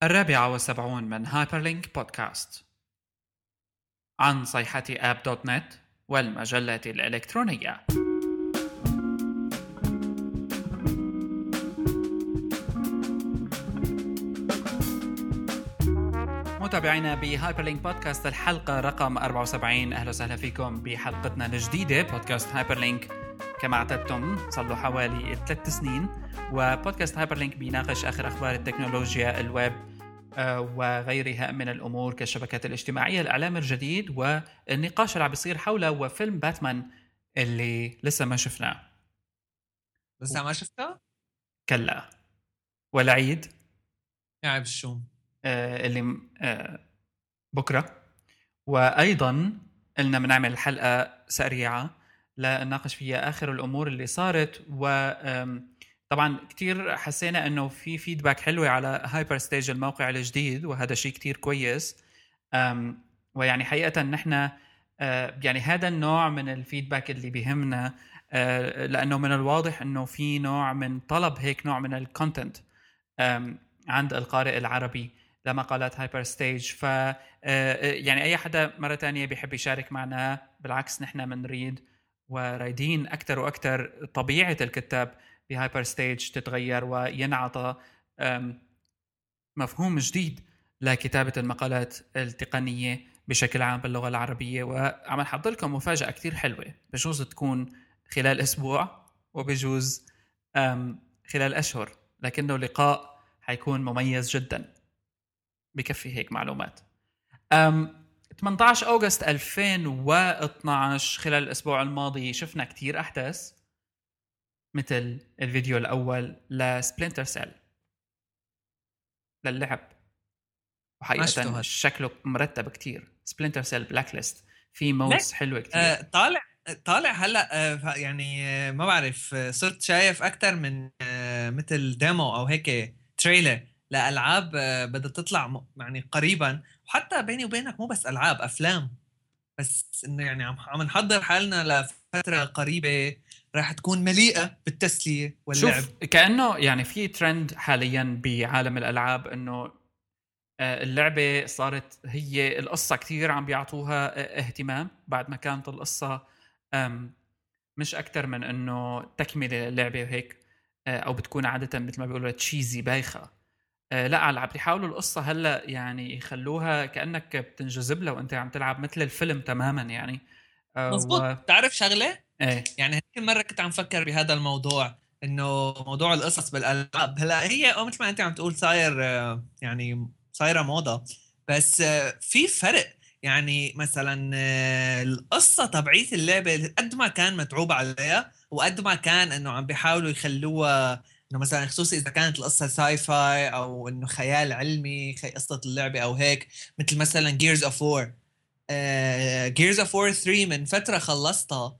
74 من هايبرلينك بودكاست عن صيحة آب.نت والمجلة الإلكترونية. متابعينا بهايبرلينك بودكاست الحلقة رقم 74. أهلا وسهلا فيكم بحلقتنا الجديدة بودكاست هايبرلينك. كما اعتدتم صار له حوالي 3 سنين، وبودكاست هايبرلينك بيناقش آخر أخبار التكنولوجيا، الويب وغيرها من الأمور كالشبكات الاجتماعية، الإعلام الجديد، والنقاش اللي عم بيصير حوله وفيلم باتمان اللي لسه ما شفناه. لسه ما شفته؟ كلا والعيد يعني بشو اللي بكرة. وأيضا قلنا بنعمل حلقة سريعة لنناقش فيها آخر الأمور اللي صارت. وطبعا كتير حسينا أنه في فيدباك حلوة على هايبر ستيج الموقع الجديد، وهذا شيء كتير كويس. ويعني حقيقة نحن يعني هذا النوع من الفيدباك اللي بيهمنا، لأنه من الواضح أنه في نوع من طلب هيك نوع من الكونتنت عند القارئ العربي لمقالات هايبر ستيج. ف يعني أي حدا مرة تانية بيحب يشارك معنا، بالعكس نحن منريد ورايدين أكتر وأكتر طبيعة الكتاب بهايبر ستيج تتغير، وينعطى مفهوم جديد لكتابة المقالات التقنية بشكل عام باللغة العربية. وعم نحضر لكم مفاجأة كتير حلوة، بجوز تكون خلال أسبوع وبجوز خلال أشهر، لكنه لقاء حيكون مميز جدا. بكفي هيك معلومات. 18 أغسطس 2012 خلال الأسبوع الماضي شفنا كتير أحداث، مثل الفيديو الأول لسبلينتر سيل للعب، وحقيقة شكله مرتب كتير. سبلينتر سيل بلاك ليست في مودز حلوة كتير. طالع هلأ يعني ما بعرف، صرت شايف أكتر من مثل ديمو أو هيك تريلر لألعاب بدها تطلع يعني قريبا. وحتى بيني وبينك مو بس ألعاب، أفلام، بس إنه يعني عم نحضر حالنا لفترة قريبة راح تكون مليئة بالتسلية واللعب. شوف، كأنه يعني في ترند حاليا بعالم الألعاب إنه اللعبة صارت هي القصة كتير عم بيعطوها اهتمام، بعد ما كانت القصة مش أكتر من إنه تكملة اللعبة وهيك، أو بتكون عادة مثل ما بيقولوا تشيزي بايخة. لا، عم بيحاولوا القصة هلا يعني يخلوها كأنك بتنجذب لها وأنت عم تلعب مثل الفيلم تماما يعني. مزبوط. تعرف شغلة؟ ايه، يعني هيك مرة كنت عم فكر بهذا الموضوع، انه موضوع القصص بالالعاب هلا هي مثل ما انت عم تقول صاير يعني صايره موضه، بس في فرق. يعني مثلا القصه تبعيت اللعبه قد ما كان متعوب عليها، وقد ما كان انه عم بيحاولوا يخلوها انه مثلا خصوصي اذا كانت القصه ساي فاي او انه خيال علمي قصه اللعبه او هيك، مثل مثلا جيرز اوف وور. جيرز اوف وور 3 من فتره خلصتها.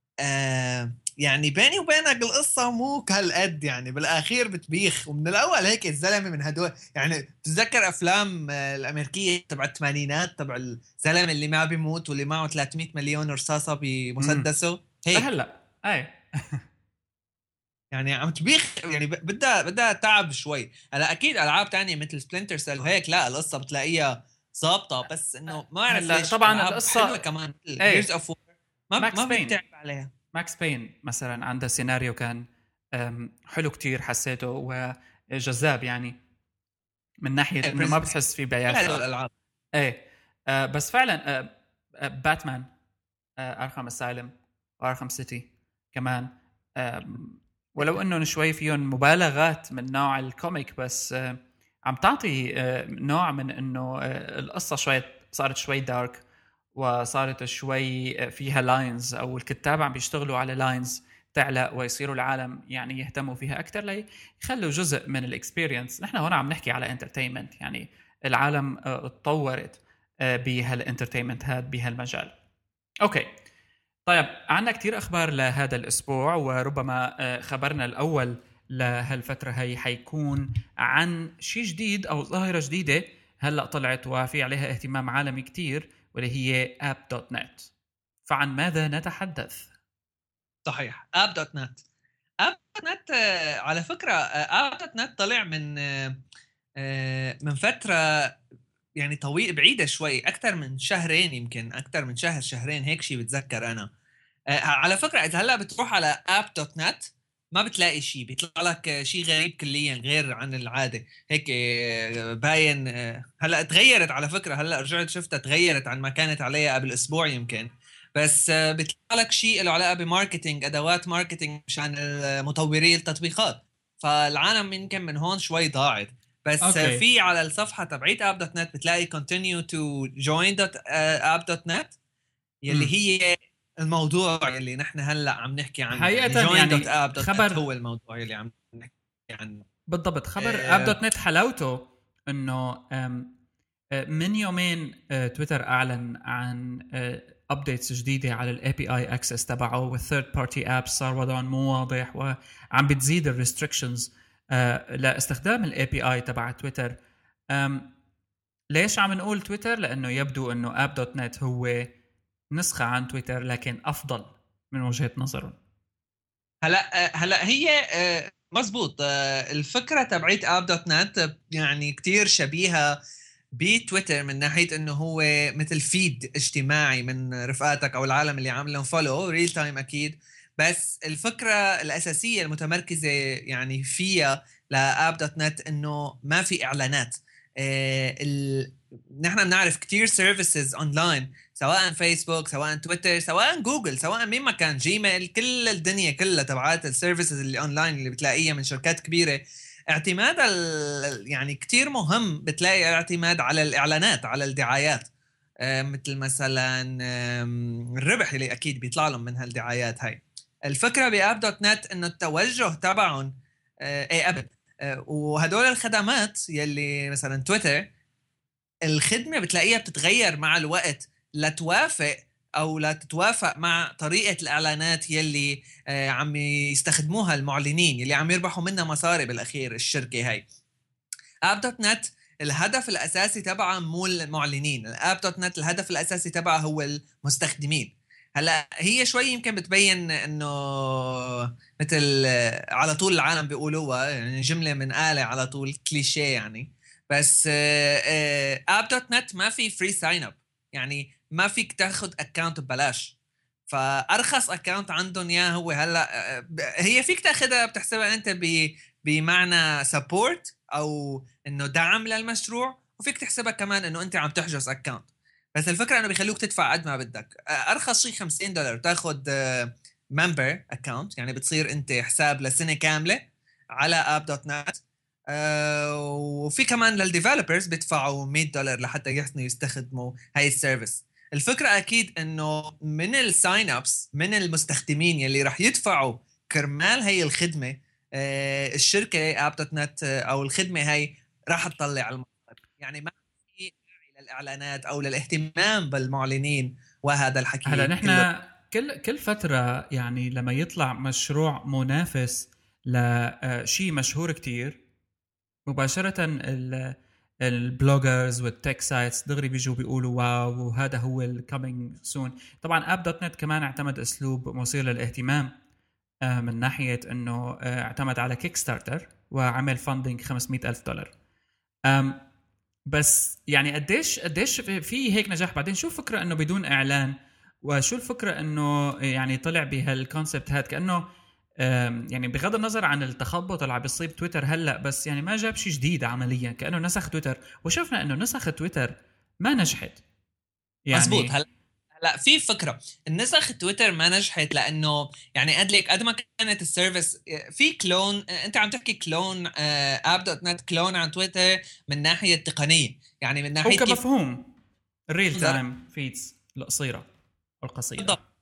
يعني بيني وبينك القصة مو كهالقد، يعني بالأخير بتبيخ. ومن الأول هيك الزلمة من هدول، يعني تتذكر أفلام الأمريكية تبع الثمانينات، تبع الزلمة اللي ما بيموت واللي معه 300 مليون رصاصة بمسدسه هيك. هلا ايه يعني عم تبيخ، يعني بدها تعب شوي. هلا أكيد ألعاب تانية مثل سبلنتر سيل وهيك لا، القصة بتلاقيها ظابطة، بس إنه ما أعرف هلا ليش طبعا ألعاب حلوة القصة كمان مثل جيرز ايه. أوف وور ماكس ما بين بيتعب عليها. ماكس بين مثلا عنده سيناريو كان حلو كتير، حسيته وجذاب يعني، من ناحية انه ما بتحس فيه هدول بيافة. الألعاب ايه. بس فعلا باتمان ارخم اسايلم وارخم سيتي كمان، ولو انه شوي فيهم مبالغات من نوع الكوميك، بس عم تعطي نوع من انه القصة صارت شوي دارك، وصارت شوي فيها لاينز، او الكتاب عم بيشتغلوا على لاينز تعلق ويصيروا العالم يعني يهتموا فيها اكثر ليخلوا جزء من الاكسبيرينس. نحن هنا عم نحكي على انترتينمنت، يعني العالم اتطورت بهالانترتينمنت هذا بهالمجال. اوكي، طيب عندنا كتير اخبار لهذا الاسبوع، وربما خبرنا الاول لهالفتره هي حيكون عن شيء جديد او ظاهره جديده هلا طلعت وفي عليها اهتمام عالمي كتير، واللي هي App.net. فعن ماذا نتحدث؟ صحيح. اب.نت على فكرة اب.نت طلع من من فتره يعني طويل بعيده شوي، اكثر من شهرين، يمكن اكثر من شهرين هيك شيء بتذكر انا. على فكره اذا هلا بتروح على app.net ما بتلاقي شيء، بيطلع لك شيء غريب كليا غير عن العاده هيك. باين هلا تغيرت على فكره، هلا رجعت شفتها تغيرت عن ما كانت عليها قبل اسبوع يمكن. بس بيطلع لك شيء له علاقه بماركتينج، ادوات ماركتينج مشان مطوري التطبيقات. فالعالم يمكن من هون شوي ضاعت. بس اوكي. في على الصفحه تبعيت app.net بتلاقي continue to join.app.net يلي هي الموضوع يلي نحن هلا عم نحكي عنه. يعني حقيقة يعني join.app.net خبر هو الموضوع يلي عم نحكي عنه. بالضبط. خبر اب دوت نت حلاوته انه من يومين تويتر اعلن عن ابديتس جديده على الاي بي اي اكسس تبعه، والثيرد بارتي ابس صار وضعهم مو واضح، وعم بتزيد الريستريكشنز لاستخدام الاي بي اي تبع تويتر. ليش عم نقول تويتر؟ لانه يبدو انه اب دوت نت هو نسخه عن تويتر لكن افضل من وجهه نظرهم. هلا هي مزبوط. الفكره تبعيت app.net يعني كتير شبيهه بتويتر من ناحيه انه هو مثل فيد اجتماعي من رفقاتك او العالم اللي عاملهم فولو ريل تايم اكيد. بس الفكره الاساسيه المتمركزه يعني فيها لاب.net انه ما في اعلانات. نحن بنعرف كتير سيرفيسز اونلاين، سواء فيسبوك سواء تويتر سواء جوجل سواء مين ما كان، جيميل، كل الدنيا كلها تبعات السيرفيسز اللي اونلاين اللي بتلاقيها من شركات كبيره. اعتماد يعني كتير مهم بتلاقي اعتماد على الاعلانات، على الدعايات. مثل مثلا الربح اللي اكيد بيطلع لهم من هالدعايات هاي. الفكره باب دوت نت انه التوجه تبعهم ايه ابد. وهدول الخدمات يلي مثلا تويتر، الخدمه بتلاقيها بتتغير مع الوقت لتوافق او لا تتوافق مع طريقه الاعلانات يلي عم يستخدموها المعلنين يلي عم يربحوا منها مصاري بالاخير الشركه هاي. اب.نت الهدف الاساسي تبعها مو المعلنين، الاب.نت الهدف الاساسي تبعها هو المستخدمين. هلا هي شوي يمكن بتبين انه مثل على طول العالم بيقولوها يعني جمله من آلة على طول كليشيه يعني. بس اب.نت ما في فري ساين اب، يعني ما فيك تاخذ اكونت ببلاش. فارخص اكونت عندهم يا هو هلا هي فيك تاخذها بتحسبها انت بمعنى سبورت او انه دعم للمشروع، وفيك تحسبها كمان انه انت عم تحجز اكونت. بس الفكره انه بيخلوك تدفع قد ما بدك. ارخص شيء $50 تاخذ ممبر اكونت، يعني بتصير انت حساب لسنه كامله على اب.نت. وفي كمان للديفلوبرز بيدفعوا $100 لحتى يحسنوا يستخدموا هاي السيرفيس. الفكره اكيد انه من الساين ابس من المستخدمين يلي راح يدفعوا كرمال هاي الخدمه، الشركه اب.نت او الخدمه هاي راح تطلع على المصاري. يعني ما في داعي للاعلانات او للاهتمام بالمعلنين وهذا هلا الحكي كله. نحن كل فترة يعني لما يطلع مشروع منافس لشيء مشهور كتير، مباشرة البلوجرز والتك سايتس دغري بيجوا بيقولوا واو وهذا هو الكامينج سون. طبعا اب دوت نت كمان اعتمد اسلوب مثير للاهتمام من ناحية انه اعتمد على كيك ستارتر وعمل فاندنج $500,000. بس يعني قديش في هيك نجاح؟ بعدين شو الفكرة انه بدون اعلان؟ وشو الفكرة انه يعني طلع بهالكونسبت هاد كأنه يعني بغض النظر عن التخبط اللي عم بيصيب تويتر هلا، بس يعني ما جاب شيء جديد عمليا، كأنه نسخ تويتر، وشفنا انه نسخ تويتر ما نجحت مزبوط. يعني. هلا في فكره النسخ تويتر ما نجحت لانه يعني قد ما كانت السيرفيس في كلون. انت عم تحكي كلون اب.نت كلون عن تويتر من ناحيه تقنيه، يعني من هو ناحيه كيف كمفهوم الريل منظر. تايم فيدز القصيرة والقصيرة. بالضبط.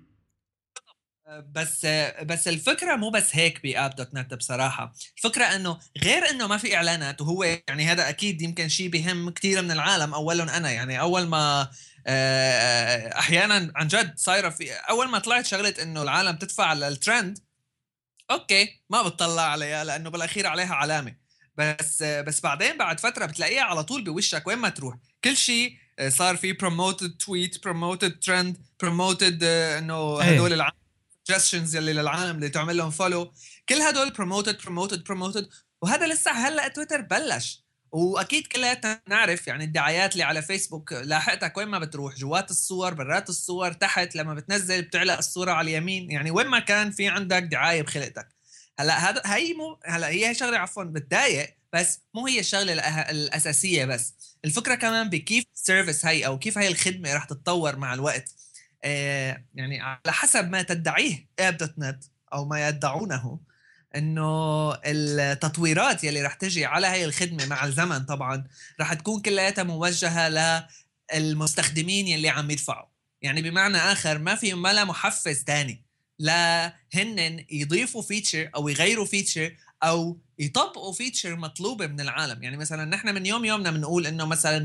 بس الفكره مو بس هيك باب.نت بصراحه. الفكره انه غير انه ما في اعلانات، وهو يعني هذا اكيد يمكن شيء بهم كثير من العالم، اولهم انا. يعني اول ما احيانا عن جد صايره في اول ما طلعت شغله انه العالم تدفع للترند، اوكي ما بتطلع عليها لانه بالاخير عليها علامه. بس بعدين بعد فتره بتلاقيها على طول بوشك وين ما تروح. كل شيء صار في promoted tweet promoted trend promoted انه هدول ايه suggestions يلي للعالم اللي تعمل لهم فولو. كل هدول promoted promoted promoted. وهذا لسه هلا تويتر بلش، واكيد كلنا نعرف يعني الدعايات اللي على فيسبوك لاحقتك وين ما بتروح، جوات الصور، برات الصور، تحت لما بتنزل بتعلق الصوره على اليمين، يعني وين ما كان في عندك دعايه بخلقتك. هلا هذا هي مو هلا هي شغله عفوا بتضايق، بس مو هي الشغله الاساسيه. بس الفكره كمان بكيف السيرفيس هي او كيف هي الخدمه راح تتطور مع الوقت. يعني على حسب ما تدعيه اب دوت نت او ما يدعونه، انه التطويرات يلي رح تجي على هاي الخدمه مع الزمن طبعا رح تكون كلها موجهه للمستخدمين يلي عم يدفعوا. يعني بمعنى اخر ما في ملا محفز تاني لا هن يضيفوا فيتشر او يغيروا فيتشر او يطبقوا فيتشر مطلوبه من العالم. يعني مثلا نحن من يومنا بنقول انه مثلا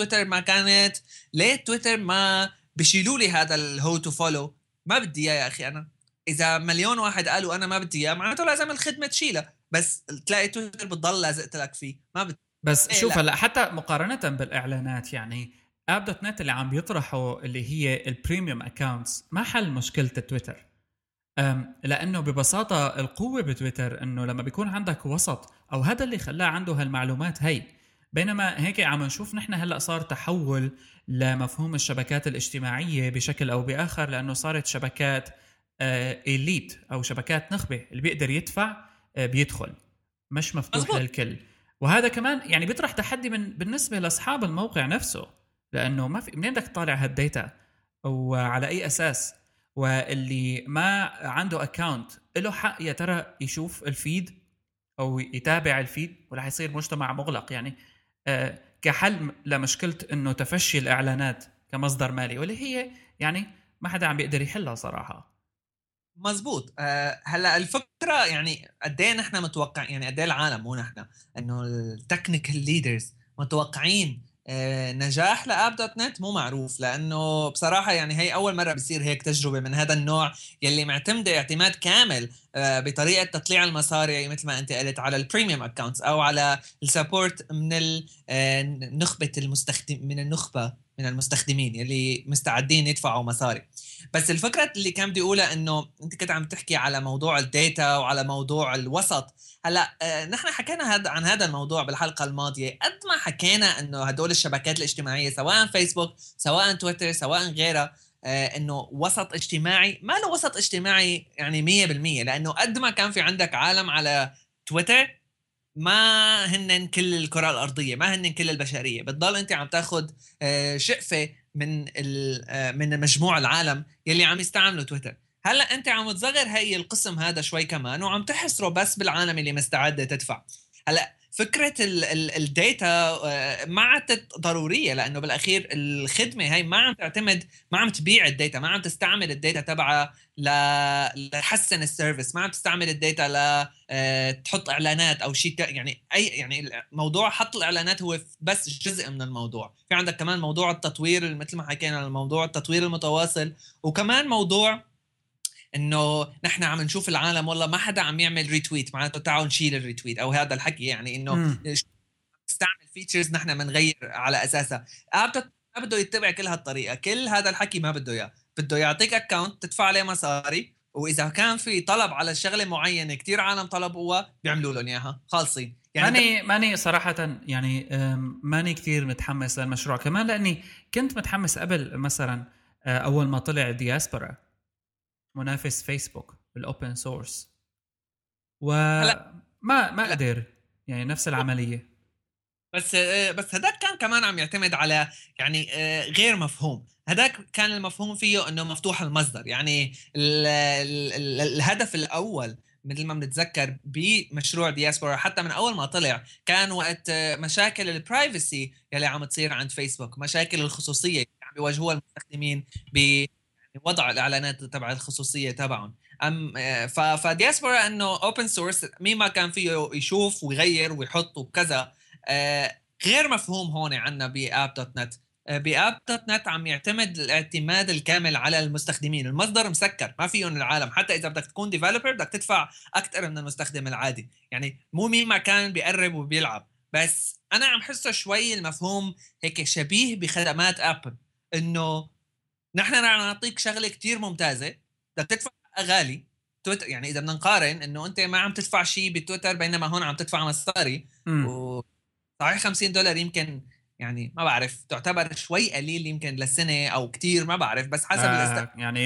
ليه تويتر ما بشيلوا لي هذا الهو تو فولو. ما بدي اياه يا اخي. انا اذا مليون واحد قالوا انا ما بدي اياه معناته لازم الخدمه تشيلها، بس تلاقي تويتر بتضل لازقت لك فيه ما بدي. بس إيه شوف لا. هلا حتى مقارنة بالإعلانات، يعني اب دوت نت اللي عم بيطرحوا اللي هي البريميوم اكاونتس ما حل مشكلة تويتر. لأنه ببساطة القوة بتويتر أنه لما بيكون عندك وسط، أو هذا اللي خلاه عنده هالمعلومات هي. بينما هيك عم نشوف نحن هلأ صار تحول لمفهوم الشبكات الاجتماعية بشكل أو بآخر، لأنه صارت شبكات إليت أو شبكات نخبة، اللي بيقدر يدفع بيدخل، مش مفتوح مزبوط. للكل. وهذا كمان يعني بيطرح تحدي بالنسبة لأصحاب الموقع نفسه، لأنه ما في منين بدك تطالع هالديتا وعلى أي أساس. واللي ما عنده اكاونت له حق يا ترى يشوف الفيد او يتابع الفيد، ولا حيصير مجتمع مغلق يعني. كحل لمشكلة انه تفشي الاعلانات كمصدر مالي، واللي هي يعني ما حدا عم بيقدر يحلها صراحة. مزبوط. هلا الفكره يعني قد ايه نحن متوقع، يعني قد ايه العالم مو نحن، انه التكنيكال ليدرز متوقعين نجاح لاب دوت نت مو معروف. لانه بصراحه يعني هي اول مره بصير هيك تجربه من هذا النوع يلي معتمده اعتماد كامل بطريقه تطليع المصاري مثل ما انت قلت على البريميوم اكونتس او على السبورت من نخبه المستخدم، من النخبه من المستخدمين يلي مستعدين يدفعوا مصاري. بس الفكرة اللي كان بدي اقولها انه انت كنت عم تحكي على موضوع الداتا وعلى موضوع الوسط. هلا نحن حكينا عن هذا الموضوع بالحلقة الماضية. قد ما حكينا انه هدول الشبكات الاجتماعية سواء فيسبوك سواء تويتر سواء غيرها انه وسط اجتماعي، ما له وسط اجتماعي يعني 100%. لانه قد ما كان في عندك عالم على تويتر ما هن كل الكرة الأرضية، ما هن كل البشرية. بتضل أنت عم تاخد شقفة من مجموع العالم يلي عم يستعملوا تويتر. هلا أنت عم تصغر هي القسم هذا شوي كمان وعم تحصره بس بالعالم اللي مستعدة تدفع. هلا فكرة الداتا ما عادت ضرورية، لأنه بالأخير الخدمة هي ما عم تعتمد، ما عم تبيع الداتا، ما عم تستعمل الداتا تبعها لحسن السيرفيس، ما عم تستعمل الداتا تحط اعلانات او شيء. يعني اي يعني موضوع حط الاعلانات هو بس جزء من الموضوع. في عندك كمان موضوع التطوير مثل ما حكينا عن موضوع التطوير المتواصل، وكمان موضوع انه نحن عم نشوف العالم والله ما حدا عم يعمل ريتويت معناته تعالوا نشيل الريتويت او هذا الحكي. يعني انه نستعمل فيتشرز نحن بنغير على اساسها. ما بده يتبع كل هالطريقه، كل هذا الحكي ما بده اياه. بده يعطيك اكونت تدفع عليه مصاري، واذا كان في طلب على شغله معينه كتير عالم طلبوها بيعملوا لهم اياها خالصين. يعني ماني صراحة يعني ماني كتير متحمس للمشروع كمان، لأني كنت متحمس قبل مثلا أول ما طلع دياسبورا منافس فيسبوك بالأوبن سورس، هلا وما قدر يعني نفس العملية. بس هذاك كان كمان عم يعتمد على يعني غير مفهوم. هذاك كان المفهوم فيه انه مفتوح المصدر. يعني الهدف الاول مثل ما بنتذكر بمشروع دياسبورا حتى من اول ما طلع كان وقت مشاكل البرايفسي يلي عم تصير عند فيسبوك، مشاكل الخصوصيه اللي عم بيواجهوها المستخدمين بوضع الاعلانات تبع الخصوصيه تبعهم. فدياسبورا انه اوبن سورس، مين ما كان فيه يشوف ويغير ويحط وكذا. غير مفهوم هون عنا باب دوت نت. باب دوت نت عم يعتمد الاعتماد الكامل على المستخدمين. المصدر مسكر ما فيهم العالم، حتى اذا بدك تكون ديفلوبر بدك تدفع اكثر من المستخدم العادي. يعني مو مين ما كان بيقرب وبيلعب. بس انا عم حسه شوي المفهوم هيك شبيه بخدمات ابل، انه نحن رح نعطيك شغله كتير ممتازه بدك تدفع غالي. تويتر يعني اذا بدنا نقارن انه انت ما عم تدفع شيء بتويتر بينما هون عم تدفع مصاري. صحيح $50 يمكن يعني ما بعرف تعتبر شوي قليل يمكن للسنة أو كتير ما بعرف، بس حسب يعني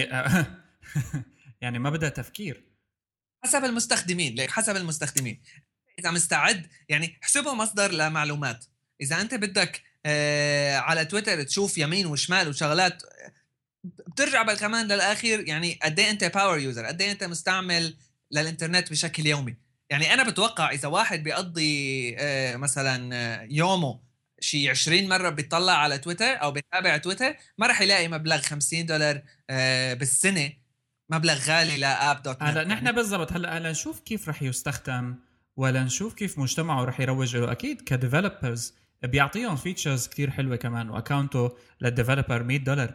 يعني ما بدها تفكير. حسب المستخدمين. ليك حسب المستخدمين إذا مستعد يعني احسبه مصدر لمعلومات. إذا أنت بدك على تويتر تشوف يمين وشمال وشغلات، بترجع كمان للآخر يعني قد ايه أنت باور يوزر، قد ايه أنت مستعمل للإنترنت بشكل يومي. يعني أنا بتوقع إذا واحد بيقضي مثلا يومه شي 20 مرة بيطلع على تويتر أو بيتابع تويتر، ما رح يلاقي مبلغ $50 بالسنة، مبلغ غالي لآب دوت هلا نت. نحن يعني بالضبط هلا نشوف كيف رح يستخدم، ولا نشوف كيف مجتمعه رح يروج له. اكيد كديفلوبرز بيعطيهم فيتشرز كتير حلوه كمان، واكاونته للديفلوبر $100.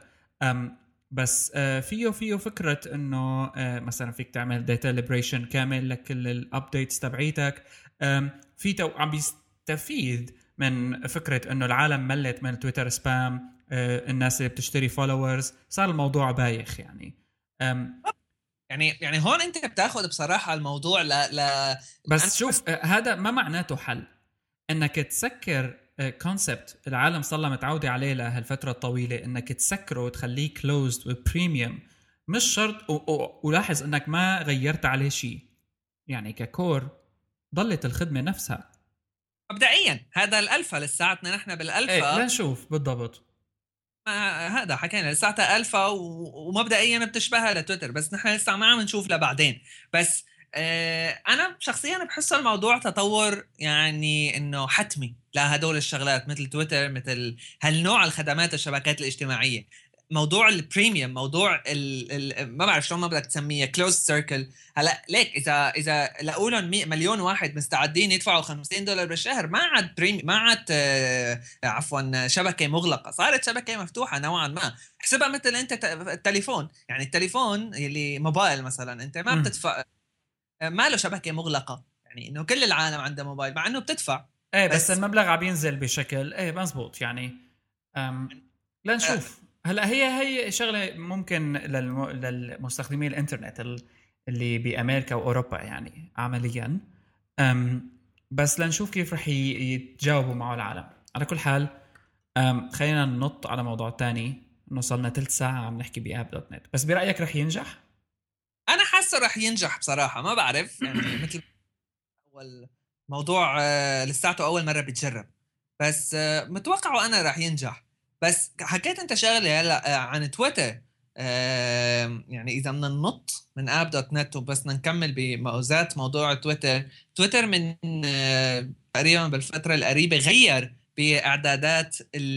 بس فيه فكره انه مثلا فيك تعمل داتا ليبريشن كامل لكل الابديتس تبعيتك. عم بيستفيد من فكره انه العالم ملت من تويتر سبام، الناس اللي بتشتري فولورز، صار الموضوع بايخ يعني. يعني هون انت بتاخذ بصراحه الموضوع بس شوف هذا ما معناته حل انك تسكر كونسبت العالم صار لها متعوده عليه لهالفتره الطويله، انك تسكره وتخليه كلوزد وبريميوم. مش شرط ولاحظ انك ما غيرت عليه شيء، يعني ككور ضلت الخدمه نفسها مبدئيا. هذا الالفا لساتنا نحن ايه. بالالفا. لنشوف بالضبط. هذا حكينا لساتها الفا ومبدئيا بتشبهها لتويتر، بس نحن لسه ما عم نشوف لبعدين. بس انا شخصيا بحس الموضوع تطور يعني انه حتمي لهدول الشغلات مثل تويتر، مثل هالنوع الخدمات الشبكات الاجتماعيه. موضوع البريميوم، موضوع ما بعرف شلون ما بدك تسميه، كلوز سيركل. هلا ليك اذا لقوا لهم 100 مليون واحد مستعدين يدفعوا $50 بالشهر، ما عاد ما عاد عفوا شبكه مغلقه، صارت شبكه مفتوحه نوعا ما. حسبها مثل انت التليفون، يعني التليفون اللي موبايل مثلا انت ما بتدفع، ما له شبكه مغلقه، يعني انه كل العالم عنده موبايل مع انه بتدفع. ايه بس بس المبلغ عم ينزل بشكل ايه مزبوط يعني. لنشوف. هلا هي شغله ممكن للمستخدمين الانترنت اللي بامريكا واوروبا يعني عمليا. بس لنشوف كيف رح يتجاوبوا معه العالم. على كل حال خلينا ننط على موضوع تاني. وصلنا 3 ساعة عم نحكي بآب دوت نت. بس برأيك رح ينجح؟ انا حاسه رح ينجح بصراحه، ما بعرف يعني مثل اول موضوع لساته اول مره بتجرب، بس متوقعه انا رح ينجح. بس حكيت انت شغله هلا عن تويتر. يعني اذا بدنا ننط من اب دوت نت وبس بدنا نكمل بموزات موضوع تويتر. تويتر من تقريبا بالفتره القريبه غير باعدادات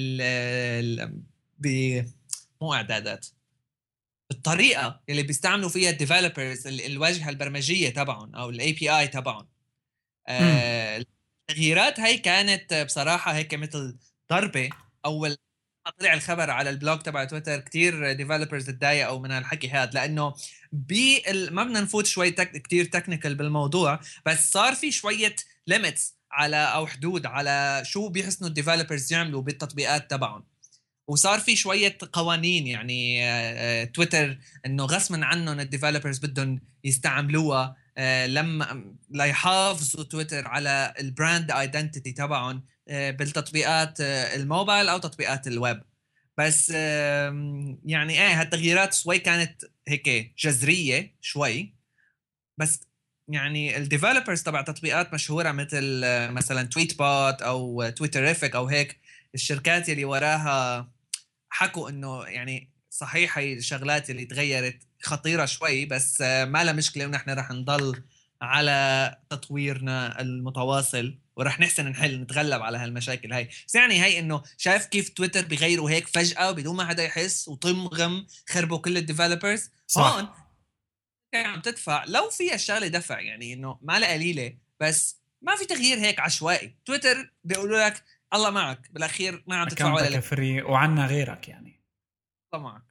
مو اعدادات، الطريقه اللي بيستعملوا فيها الديفلوبرز، الواجهه البرمجيه تبعهم او الاي بي اي تبعهم. امم التغييرات هاي كانت بصراحة هيك مثل ضربة. أول ما طلع الخبر على البلوج تبع تويتر كتير ديفلوبرز تضايقوا من هالحكي هذا، لأنه ما بدنا نفوت شوي كتير تكنيكال بالموضوع، بس صار في شوية ليميتس على أو حدود على شو بيحسنوا الديفلوبرز يعملوا بالتطبيقات تبعهم. وصار في شوية قوانين يعني تويتر انه غصبا عنهم الديفلوبرز بدهم يستعملوها لما ليحافظوا تويتر على البراند ايدنتيتي تبعهم بالتطبيقات الموبايل او تطبيقات الويب. بس يعني هالتغييرات شوي كانت هيك جذرية شوي. بس يعني الديفلوبرز تبع تطبيقات مشهورة مثل مثلا تويت بوت او تويتريفيك او هيك، الشركات اللي وراها حكوا انه يعني صحيح هي الشغلات اللي تغيرت خطيرة شوي، بس ما لها مشكلة ونحن رح نضل على تطويرنا المتواصل ورح نحسن نحل نتغلب على هالمشاكل هاي. بس يعني هي انه شايف كيف تويتر بيغيروا هيك فجأة وبدون ما حدا يحس وطم غم خربوا كل الديفلوبرز. هون صح. عم تدفع لو في الشغلة دفع، يعني انه ما لها قليلة، بس ما في تغيير هيك عشوائي. تويتر بيقولوا لك الله معك بالاخير، ما عم تدفع ولا اكونتك لك. فري وعنا غيرك يعني. الله معك.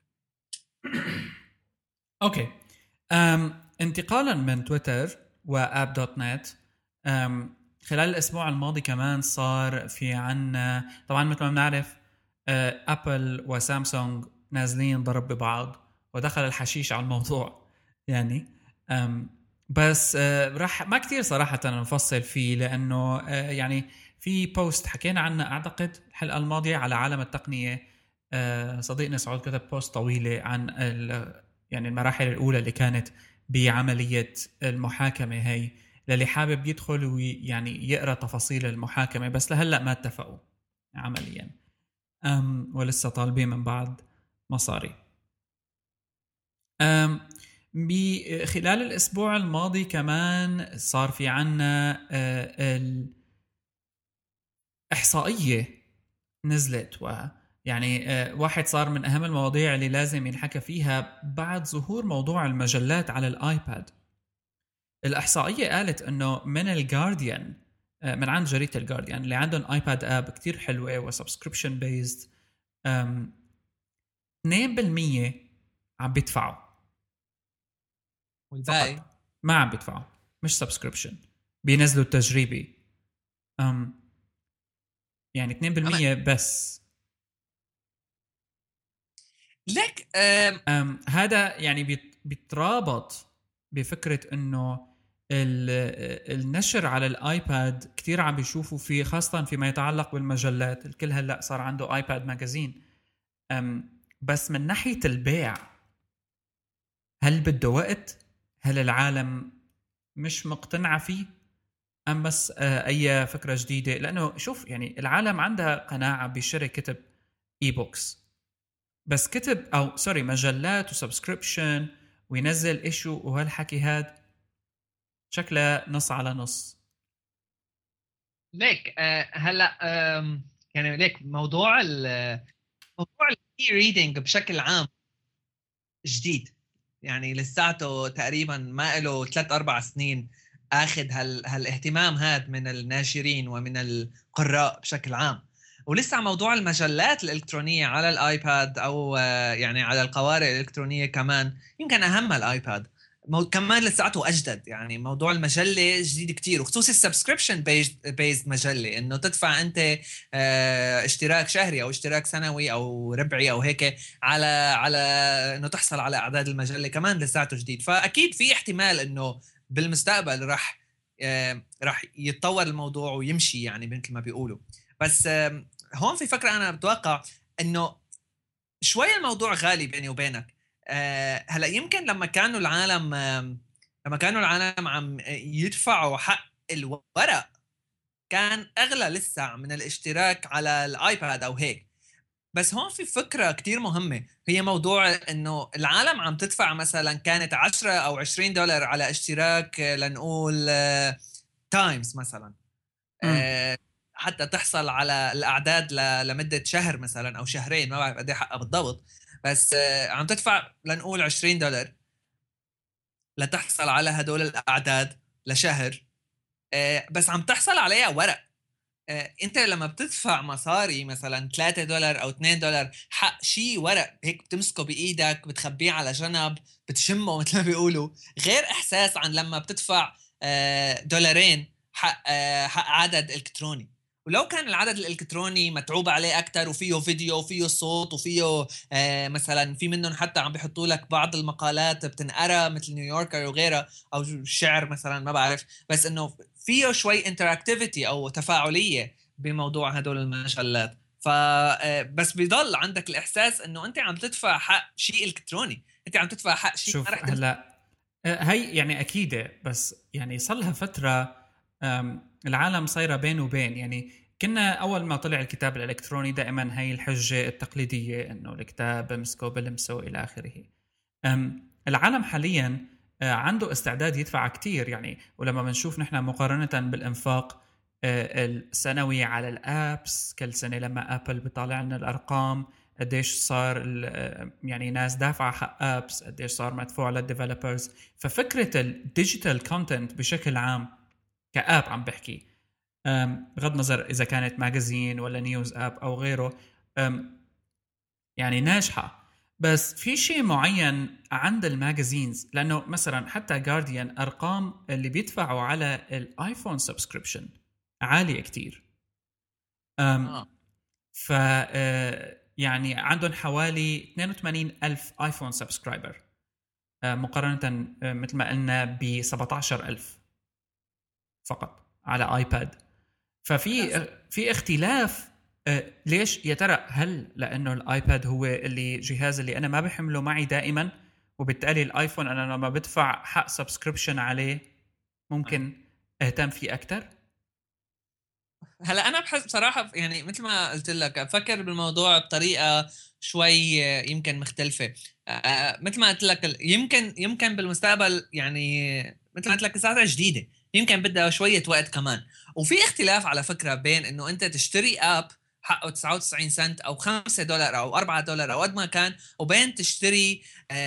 اوكي. انتقالا من تويتر واب دوت نت، خلال الاسبوع الماضي كمان صار في عنا طبعا مثل ما بنعرف ابل وسامسونج نازلين ضرب ببعض، ودخل الحشيش على الموضوع يعني. بس راح ما كتير صراحة نفصل فيه، لأنه يعني في بوست حكينا عنه أعتقد الحلقة الماضية على عالم التقنية. صديقنا سعود كتب بوست طويلة عن يعني المراحل الأولى اللي كانت بعملية المحاكمة هاي، للي حابب يدخل ويعني يقرأ تفاصيل المحاكمة، بس لهلأ ما اتفقوا عمليا ولسه طالبين من بعض مصاري. خلال الأسبوع الماضي كمان صار في عنا الإحصائية نزلت، ويعني واحد صار من أهم المواضيع اللي لازم ينحكى فيها بعد ظهور موضوع المجلات على الآيباد. الإحصائية قالت أنه من الجارديان، من عند جريدة الجارديان اللي عندهم آيباد آب كتير حلوة وسبسكريبشن بيزد، 2% عم بيدفعوا، والباقي ما عم بيدفعوا، مش سبسكريبشن، بينزلوا التجريبي. يعني 2% بس. لك هذا يعني بيترابط بفكرة انه النشر على الايباد كتير عم بيشوفوا فيه، خاصة فيما يتعلق بالمجلات. الكل هلأ صار عنده ايباد ماجازين. بس من ناحية البيع، هل بده وقت؟ هل العالم مش مقتنعة فيه؟ أم بس أي فكرة جديدة؟ لأنه شوف، يعني العالم عندها قناعة بشراء كتب اي بوكس، بس كتب أو سوري مجلات وسبسكريبشن وينزل إيشو وهالحكي هاد شكله نص على نص. ليك هلا يعني ليك موضوع الإي ريدينج بشكل عام جديد، يعني لساته تقريبا ما له 3-4 سنين اخذ هالاهتمام هذا من الناشرين ومن القراء بشكل عام. ولسه موضوع المجلات الإلكترونية على الآيباد أو يعني على القوارئ الإلكترونية كمان يمكن أهم الآيباد كمان لساته أجدد. يعني موضوع المجلة جديد كتير، وخصوصي السبسكريبشن بيزد مجلة، إنه تدفع أنت اشتراك شهري أو اشتراك سنوي أو ربعي أو هيك على إنه تحصل على أعداد المجلة كمان لساته جديد. فأكيد في احتمال إنه بالمستقبل راح يتطور الموضوع ويمشي، يعني مثل ما بيقولوا. بس هون في فكرة أنا بتوقع إنه شوية الموضوع غالي بيني وبينك. هلا يمكن لما كانوا العالم عم يدفعوا حق الورق كان أغلى لسه من الاشتراك على الآيباد أو هيك. بس هون في فكرة كتير مهمة، هي موضوع إنه العالم عم تدفع مثلا كانت 10 أو $20 على اشتراك لنقول تايمز مثلا، حتى تحصل على الأعداد لمدة شهر مثلا أو شهرين، ما بعرف قد ايه حقها بالضبط. بس عم تدفع لنقول $20 لتحصل على هدول الأعداد لشهر، بس عم تحصل عليها ورق. انت لما بتدفع مصاري مثلا $3 او $2 حق شيء ورق هيك بتمسكه بايدك بتخبيه على جنب بتشمه مثل ما بيقولوا، غير احساس عن لما بتدفع $2 حق عدد الكتروني. ولو كان العدد الالكتروني متعوب عليه اكثر وفيه فيديو وفيه صوت وفيه مثلا في منهم حتى عم بيحطوا لك بعض المقالات بتنقرا مثل نيويوركر وغيرها او شعر مثلا ما بعرف، بس انه فيه شوي انتراكتيفيتي او تفاعليه بموضوع هدول المجلات. بس بيضل عندك الاحساس انه انت عم تدفع حق شيء الكتروني، انت عم تدفع حق شيء شوف هلا هي يعني اكيده، بس يعني صار لها فتره العالم صايره بين وبين. يعني كنا اول ما طلع الكتاب الالكتروني دائما هي الحجه التقليديه انه الكتاب بمسكه بلمسه الى اخره. العالم حاليا عنده استعداد يدفع كتير، يعني ولما بنشوف نحن مقارنه بالانفاق السنوي على الابس كل سنه، لما ابل بيطلع لنا الارقام قديش صار يعني ناس دافعه حق ابس، قديش صار مدفوع للديفلوبرز. ففكره الديجيتال كونتنت بشكل عام كاب عم بحكي، بغض النظر اذا كانت ماجازين ولا نيوز اب او غيره، يعني ناجحه. بس في شيء معين عند الماجازينز، لانه مثلا حتى جارديان ارقام اللي بيدفعوا على الايفون سبسكريبشن عاليه كتير. ف يعني عندهم حوالي 82,000 ايفون سبسكرايبر مقارنة مثل ما قلنا ب 17,000 فقط على ايباد. في اختلاف. ليش يا ترى؟ هل لانه الايباد هو اللي جهاز اللي انا ما بحمله معي دائما، وبالتالي الايفون انا لما بدفع حق سبسكريبشن عليه ممكن اهتم فيه اكثر؟ هلا انا بحس بصراحه يعني مثل ما قلت لك افكر بالموضوع بطريقه شوي يمكن مختلفه. مثل ما قلت لك يمكن بالمستقبل، يعني مثل ما قلت لك ساعتها جديده، يمكن بدها شويه وقت كمان. وفي اختلاف على فكره بين انه انت تشتري اب حقه 99 سنت او $5 او $4 او قد ما كان، وبين تشتري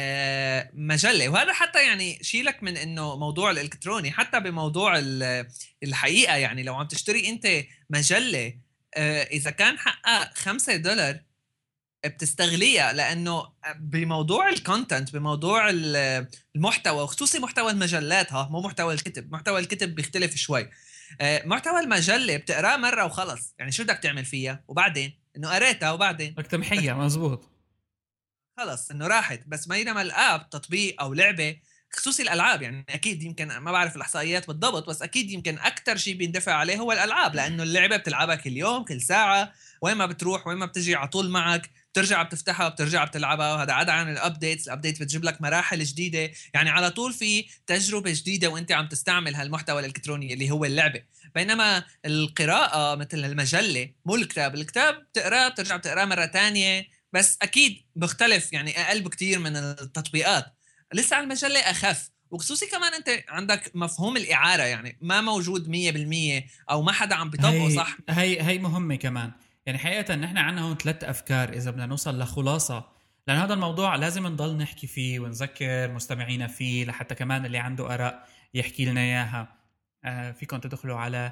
مجله. وهذا حتى يعني شيلك من انه موضوع الالكتروني، حتى بموضوع الحقيقه. يعني لو عم تشتري انت مجله اذا كان حقها $5 بتستغليها، لانه بموضوع الكونتنت، بموضوع المحتوى، وخصوصي محتوى المجلات، مو محتوى الكتب. محتوى الكتب بيختلف شوي. محتوى المجله بتقراه مره وخلص، يعني شو بدك تعمل فيها وبعدين؟ انه قريتها وبعدين بدك تمحيها. مزبوط. خلص انه راحت. بس بينما الاب تطبيق او لعبه، خصوصي الالعاب، يعني اكيد يمكن ما بعرف الاحصائيات بالضبط، بس اكيد يمكن اكثر شيء بيندفع عليه هو الالعاب، لانه اللعبه بتلعبها كل يوم كل ساعه، وين ما بتروح وين ما بتجي على طول معك، بترجع بتفتحها وبترجع بتلعبها. وهذا عدا عن الابديت بتجيب لك مراحل جديده، يعني على طول في تجربه جديده وانت عم تستعمل هالمحتوى الالكتروني اللي هو اللعبه. بينما القراءه مثل المجله مو الكتاب بتقراه بترجع بتقراه مره تانية، بس اكيد بختلف، يعني اقل بكتير من التطبيقات. لسه على المجله اخف، وخصوصي كمان انت عندك مفهوم الاعاره، يعني ما موجود 100% او ما حدا عم بيطبقه صح. هي مهمه كمان. يعني حقيقه نحن عندنا هون 3 افكار اذا بدنا نوصل لخلاصه، لان هذا الموضوع لازم نضل نحكي فيه ونذكر مستمعينا فيه، لحتى كمان اللي عنده اراء يحكي لنا اياها. فيكم تدخلوا على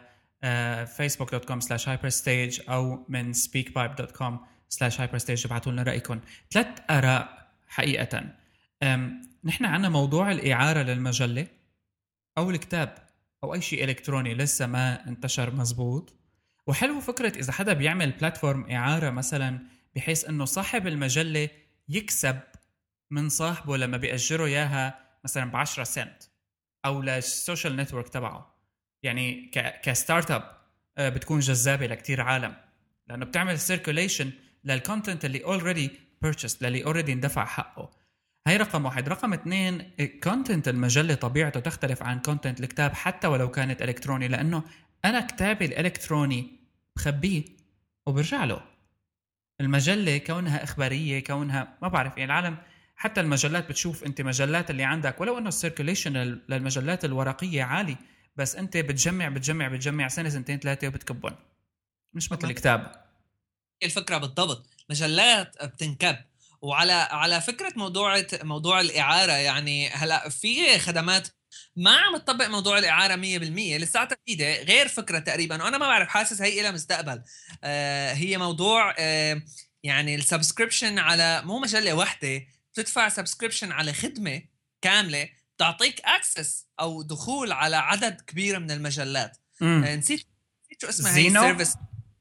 facebook.com/hyperstage او من speakpipe.com/hyperstage ابعتوا لنا رايكم. 3 اراء حقيقه. نحن عندنا موضوع الاعاره للمجله او الكتاب او اي شيء الكتروني لسه ما انتشر مزبوط. وحلو فكره اذا حدا بيعمل بلاتفورم اعاره مثلا، بحيث انه صاحب المجله يكسب من صاحبه لما بيأجره اياها مثلا ب10 سنت، او للسوشيال نتورك تبعه. يعني كستارت اب بتكون جذابه لكتير عالم، لانه بتعمل سيركوليشن للكونتنت اللي اوريدي بيرتشست، للي اوريدي اندفع حقه. هي رقم 1. رقم 2، كونتنت المجله طبيعته تختلف عن كونتنت الكتاب حتى ولو كانت الكتروني، لانه انا كتابي الالكتروني بخبيه وبرجع له. المجله كونها اخباريه، كونها ما بعرف يعني العالم، حتى المجلات بتشوف انت مجلات اللي عندك، ولو انه السيركوليشن للمجلات الورقيه عالي، بس انت بتجمع سنه سنتين ثلاثه وبتكبهم، مش مثل الكتاب. الفكره بالضبط، مجلات بتنكب. على فكره موضوع الاعاره، يعني هلا في خدمات ما عم تطبق موضوع الاعاره 100%، لساتها جديده غير فكره تقريبا، وانا ما بعرف، حاسس هي لها مستقبل. هي موضوع يعني السبسكريبشن على مو مجله واحده، بتدفع سبسكريبشن على خدمه كامله تعطيك اكسس او دخول على عدد كبير من المجلات. نسيت شو اسمها هي السيرفيس،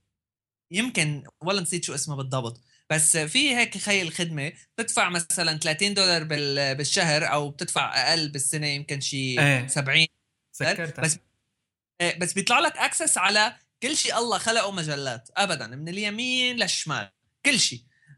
يمكن والله نسيت شو اسمه بالضبط. بس في هيك خيل خدمة بتدفع مثلا $30 بالشهر، او بتدفع اقل بالسنة يمكن شيء 70. سكرتها. بس بيطلع لك اكسس على كل شيء الله خلقه مجلات ابدا، من اليمين للشمال كل شيء.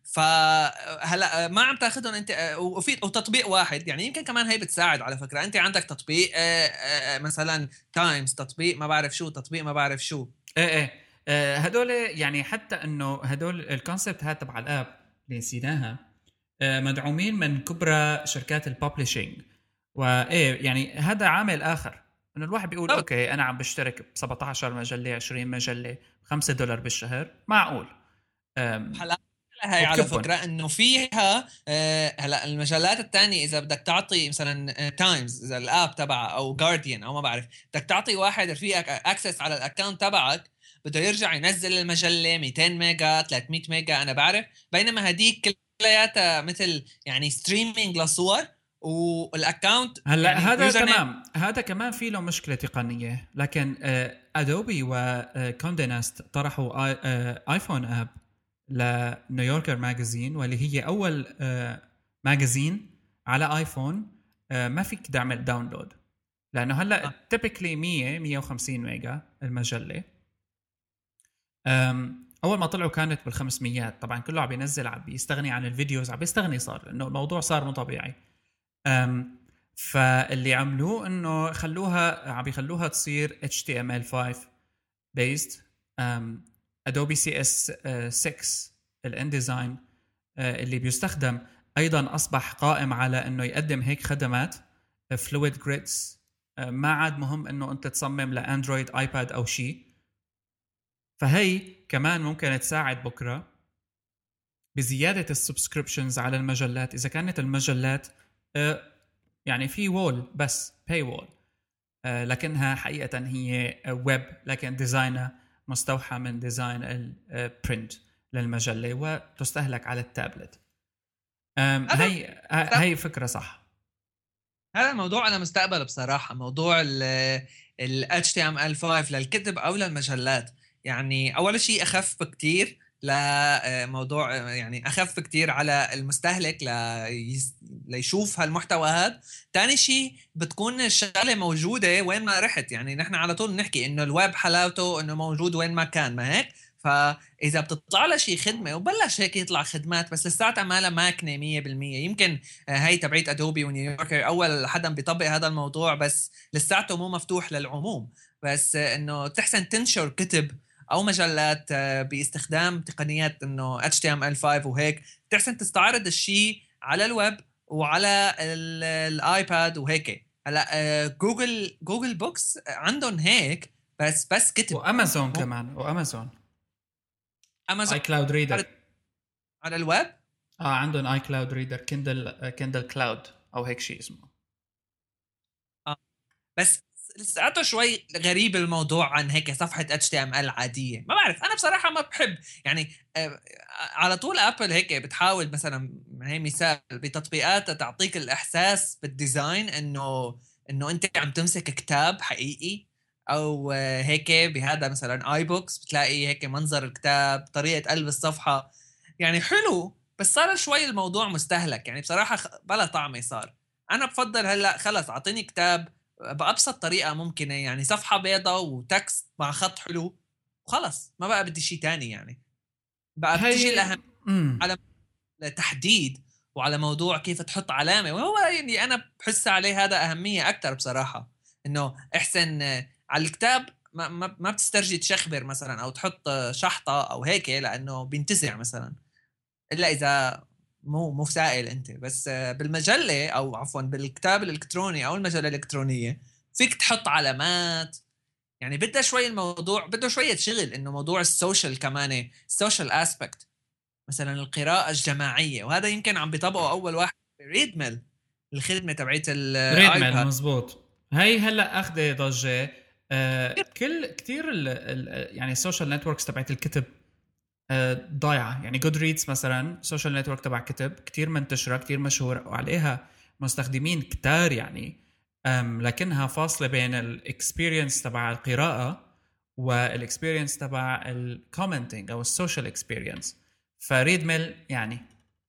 فهلا ما عم تاخذهم انت، وفي تطبيق واحد. يعني يمكن كمان هي بتساعد على فكرة. انت عندك تطبيق مثلا تايمز، تطبيق ما بعرف شو، تطبيق ما بعرف شو. هدول يعني حتى انه هدول الكونسبت هذا تبع الاب اللي نسيناها مدعومين من كبرى شركات الببلشينج. وايه يعني هذا عامل اخر، انه الواحد بيقول اوكي انا عم بشترك ب 17 مجله 20 مجله $5 بالشهر، معقول. هلا هي على فكره انه فيها هلا المجلات الثانيه اذا بدك تعطي مثلا تايمز، اذا الاب تبعها او جارديان او ما بعرف، بدك تعطي واحد رفيقك اكسس على الاكونت تبعك، بده يرجع ينزل المجله 200 ميجا 300 ميجا انا بعرف. بينما هديك كلياتها مثل يعني ستريمينج لصور، والاكونت هلا يعني هذا تمام. هذا كمان في له مشكله تقنيه، لكن ادوبي وكونديناست طرحوا ايفون اب لنيويوركر ماجازين، واللي هي اول ماجازين على ايفون ما فيك تعمل داونلود، لانه هلا تيبيكلي 150 ميجا المجله، اول ما طلعوا كانت بال500، طبعا كله عم بينزل، عم بيستغني عن الفيديوز، عم بيستغني، صار انه الموضوع صار مو طبيعي. فاللي عملوه انه عم بيخلوها تصير HTML5 based. Adobe CS6 الإنديزاين اللي بيستخدم أيضا أصبح قائم على أنه يقدم هيك خدمات Fluid Grids. ما عاد مهم أنه أنت تصمم لأندرويد آيباد أو شيء. فهي كمان ممكن تساعد بكرة بزيادة السبسكريبشنز على المجلات. إذا كانت المجلات يعني في وول بس pay wall، لكنها حقيقة هي ويب، لكن ديزاينها مستوحى من ديزاين البرنت للمجلة وتستهلك على التابلت. هي فكرة صح. هذا الموضوع على مستقبل بصراحة، موضوع ال HTML5 للكتب أو للمجلات. يعني أول شيء أخف بكتير لموضوع، يعني أخف كتير على المستهلك ليشوف هالمحتوى هذا. تاني شيء بتكون الشغلة موجودة وين ما رحت. يعني نحن على طول نحكي إنه الويب حلاوته إنه موجود وين ما كان، ما هيك؟ فإذا بتطلع له شيء خدمة وبلش هيك يطلع خدمات بس لساتها ما لها ماكنة 100%. يمكن هاي تبعيت أدوبي ونيويوركر أول حدا بيطبق هذا الموضوع، بس لساته مو مفتوح للعموم. بس إنه تحسن تنشر كتب أو مجلات باستخدام تقنيات إنه HTML5 وهيك، تحسن تستعرض الشيء على الويب وعلى الآيباد وهيك. هلا جوجل بوكس عندهم هيك بس كتب. وأمازون كمان، وأمازون امازون اي كلاود ريدر على الويب. عندهم اي كلاود ريدر، كندل كلاود او هيك شيء اسمه. بس لساته شوي غريب الموضوع عن هيك صفحة HTML عادية. ما بعرف، أنا بصراحة ما بحب يعني. على طول أبل هيك بتحاول مثلا، هي مثال بتطبيقات تعطيك الإحساس بالديزاين إنه أنت عم تمسك كتاب حقيقي، أو هيك بهذا مثلا آي بوكس بتلاقي هيك منظر الكتاب، طريقة قلب الصفحة، يعني حلو. بس صار شوي الموضوع مستهلك يعني بصراحة، بلا طعمة صار. أنا بفضل هلأ خلص أعطيني كتاب بأبسط طريقة ممكنة، يعني صفحة بيضة وتكست مع خط حلو وخلص، ما بقى بدي شيء تاني. يعني بقى بتجي الأهم على تحديد وعلى موضوع كيف تحط علامة، وهو يعني أنا بحس عليه هذا أهمية أكتر بصراحة. إنه إحسن على الكتاب ما بتسترجي تشخبر مثلا أو تحط شحطة أو هيك، لأنه بينتزع مثلا، إلا إذا مو سائل انت. بس بالمجله او عفوا بالكتاب الالكتروني او المجله الالكترونيه فيك تحط علامات. يعني بدها شوي الموضوع، بده شويه شغل، انه موضوع السوشيال كمان، السوشيال اسبكت، مثلا القراءه الجماعيه، وهذا يمكن عم بيطبقه اول واحد ريدميل، الخدمه تبعت ريدميل. الايباد. مزبوط. هي هلا اخذ ضجه. كل كثير يعني السوشيال نتوركس تبعت الكتب ضايعه. يعني جود ريدز مثلا سوشيال نتورك تبع كتب كتير منتشره، كتير مشهور، وعليها مستخدمين كتار يعني. لكنها فاصله بين الاكسبيرينس تبع القراءه والاكسبيرينس تبع الكومنتنج او السوشيال اكسبيرينس. فريدميل يعني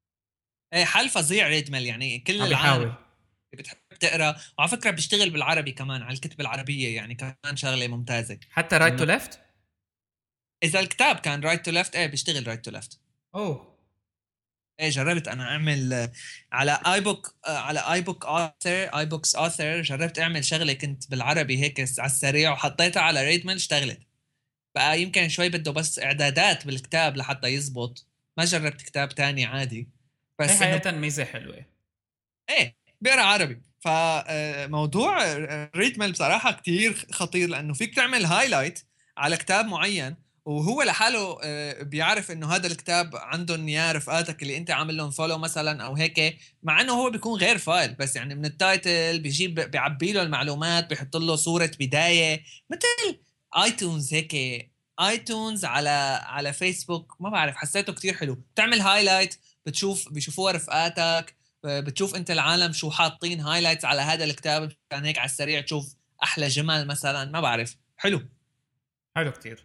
حل فظيع ريدميل، يعني كل عم العالم بيحاول. بتحب تقرا، وعلى فكره بيشتغل بالعربي كمان على الكتب العربيه، يعني كمان شغله ممتازه. حتى رايت تو ليفت. اذا الكتاب كان رايت تو ليفت، بيشتغل رايت تو ليفت. اوه جربت انا اعمل على اي بوك اي بوكس اوثر، جربت اعمل شغله كنت بالعربي هيك على السريع وحطيتها على ريدميل، اشتغلت. بقى يمكن شوي بده بس اعدادات بالكتاب لحتى يزبط. ما جربت كتاب تاني عادي، هي بس انه حقيقة ميزة حلوة. بيقرا عربي. فموضوع ريدميل بصراحه كتير خطير، لانه فيك تعمل هايلايت على كتاب معين، وهو لحاله بيعرف انه هذا الكتاب عندهم يا رفقاتك اللي انت عامل لهم فولو مثلا او هيك، مع انه هو بيكون غير فايل، بس يعني من التايتل بيجيب بيعبي له المعلومات، بيحط له صورة بداية مثل ايتونز هيك. ايتونز على فيسبوك، ما بعرف، حسيته كتير حلو. بتعمل هايلايت، بيشوفوها رفقاتك، بتشوف انت العالم شو حاطين هايلايتس على هذا الكتاب، كان هيك على السريع تشوف احلى جمل مثلا، ما بعرف، حلو. حلو كتير.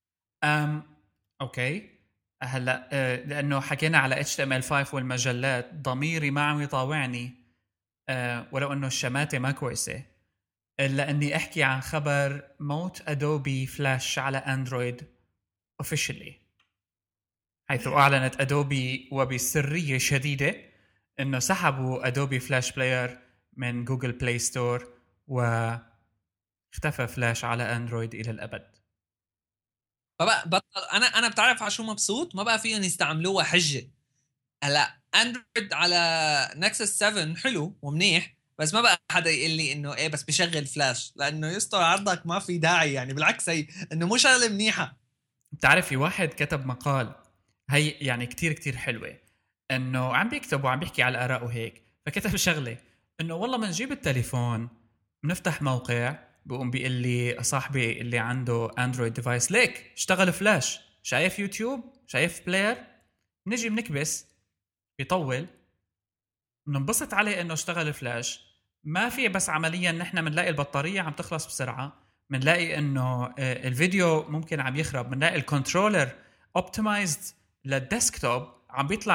اوكي. هلا لانه حكينا على HTML5 والمجلات، ضميري ما عم يطاوعني ولو انه الشماتة ما كويسة، الا اني احكي عن خبر موت ادوبي فلاش على اندرويد officially، حيث أعلنت أدوبي وبسرية شديدة إنه سحبوا أدوبي فلاش بلاير من جوجل بلاي ستور، واختفى فلاش على أندرويد إلى الأبد. فبقى بطل. انا بتعرف على شو مبسوط؟ ما بقى فيهم يستعملوها حجه. هلا اندرويد على نكسس 7 حلو ومنيح، بس ما بقى حدا يقول لي انه ايه بس بشغل فلاش، لانه يستر عرضك ما في داعي يعني. بالعكس هي انه مو شغله منيحه. بتعرف في واحد كتب مقال هي يعني كتير كتير حلوة، انه عم بيكتب وعم بيحكي على الآراء وهيك، فكتب شغلة انه والله منجيب التليفون بنفتح موقع بقوم بيقول لي صاحبي اللي عنده اندرويد ديفايس ليك اشتغل فلاش، شايف يوتيوب، شايف بلاير، نجي بنكبس بيطول، بننبسط عليه انه اشتغل فلاش، ما في بس عمليا نحن بنلاقي البطارية عم تخلص بسرعة، بنلاقي انه الفيديو ممكن عم يخرب، بنلاقي الكنترولر اوبتمايزد للديسكتوب عم بيطلع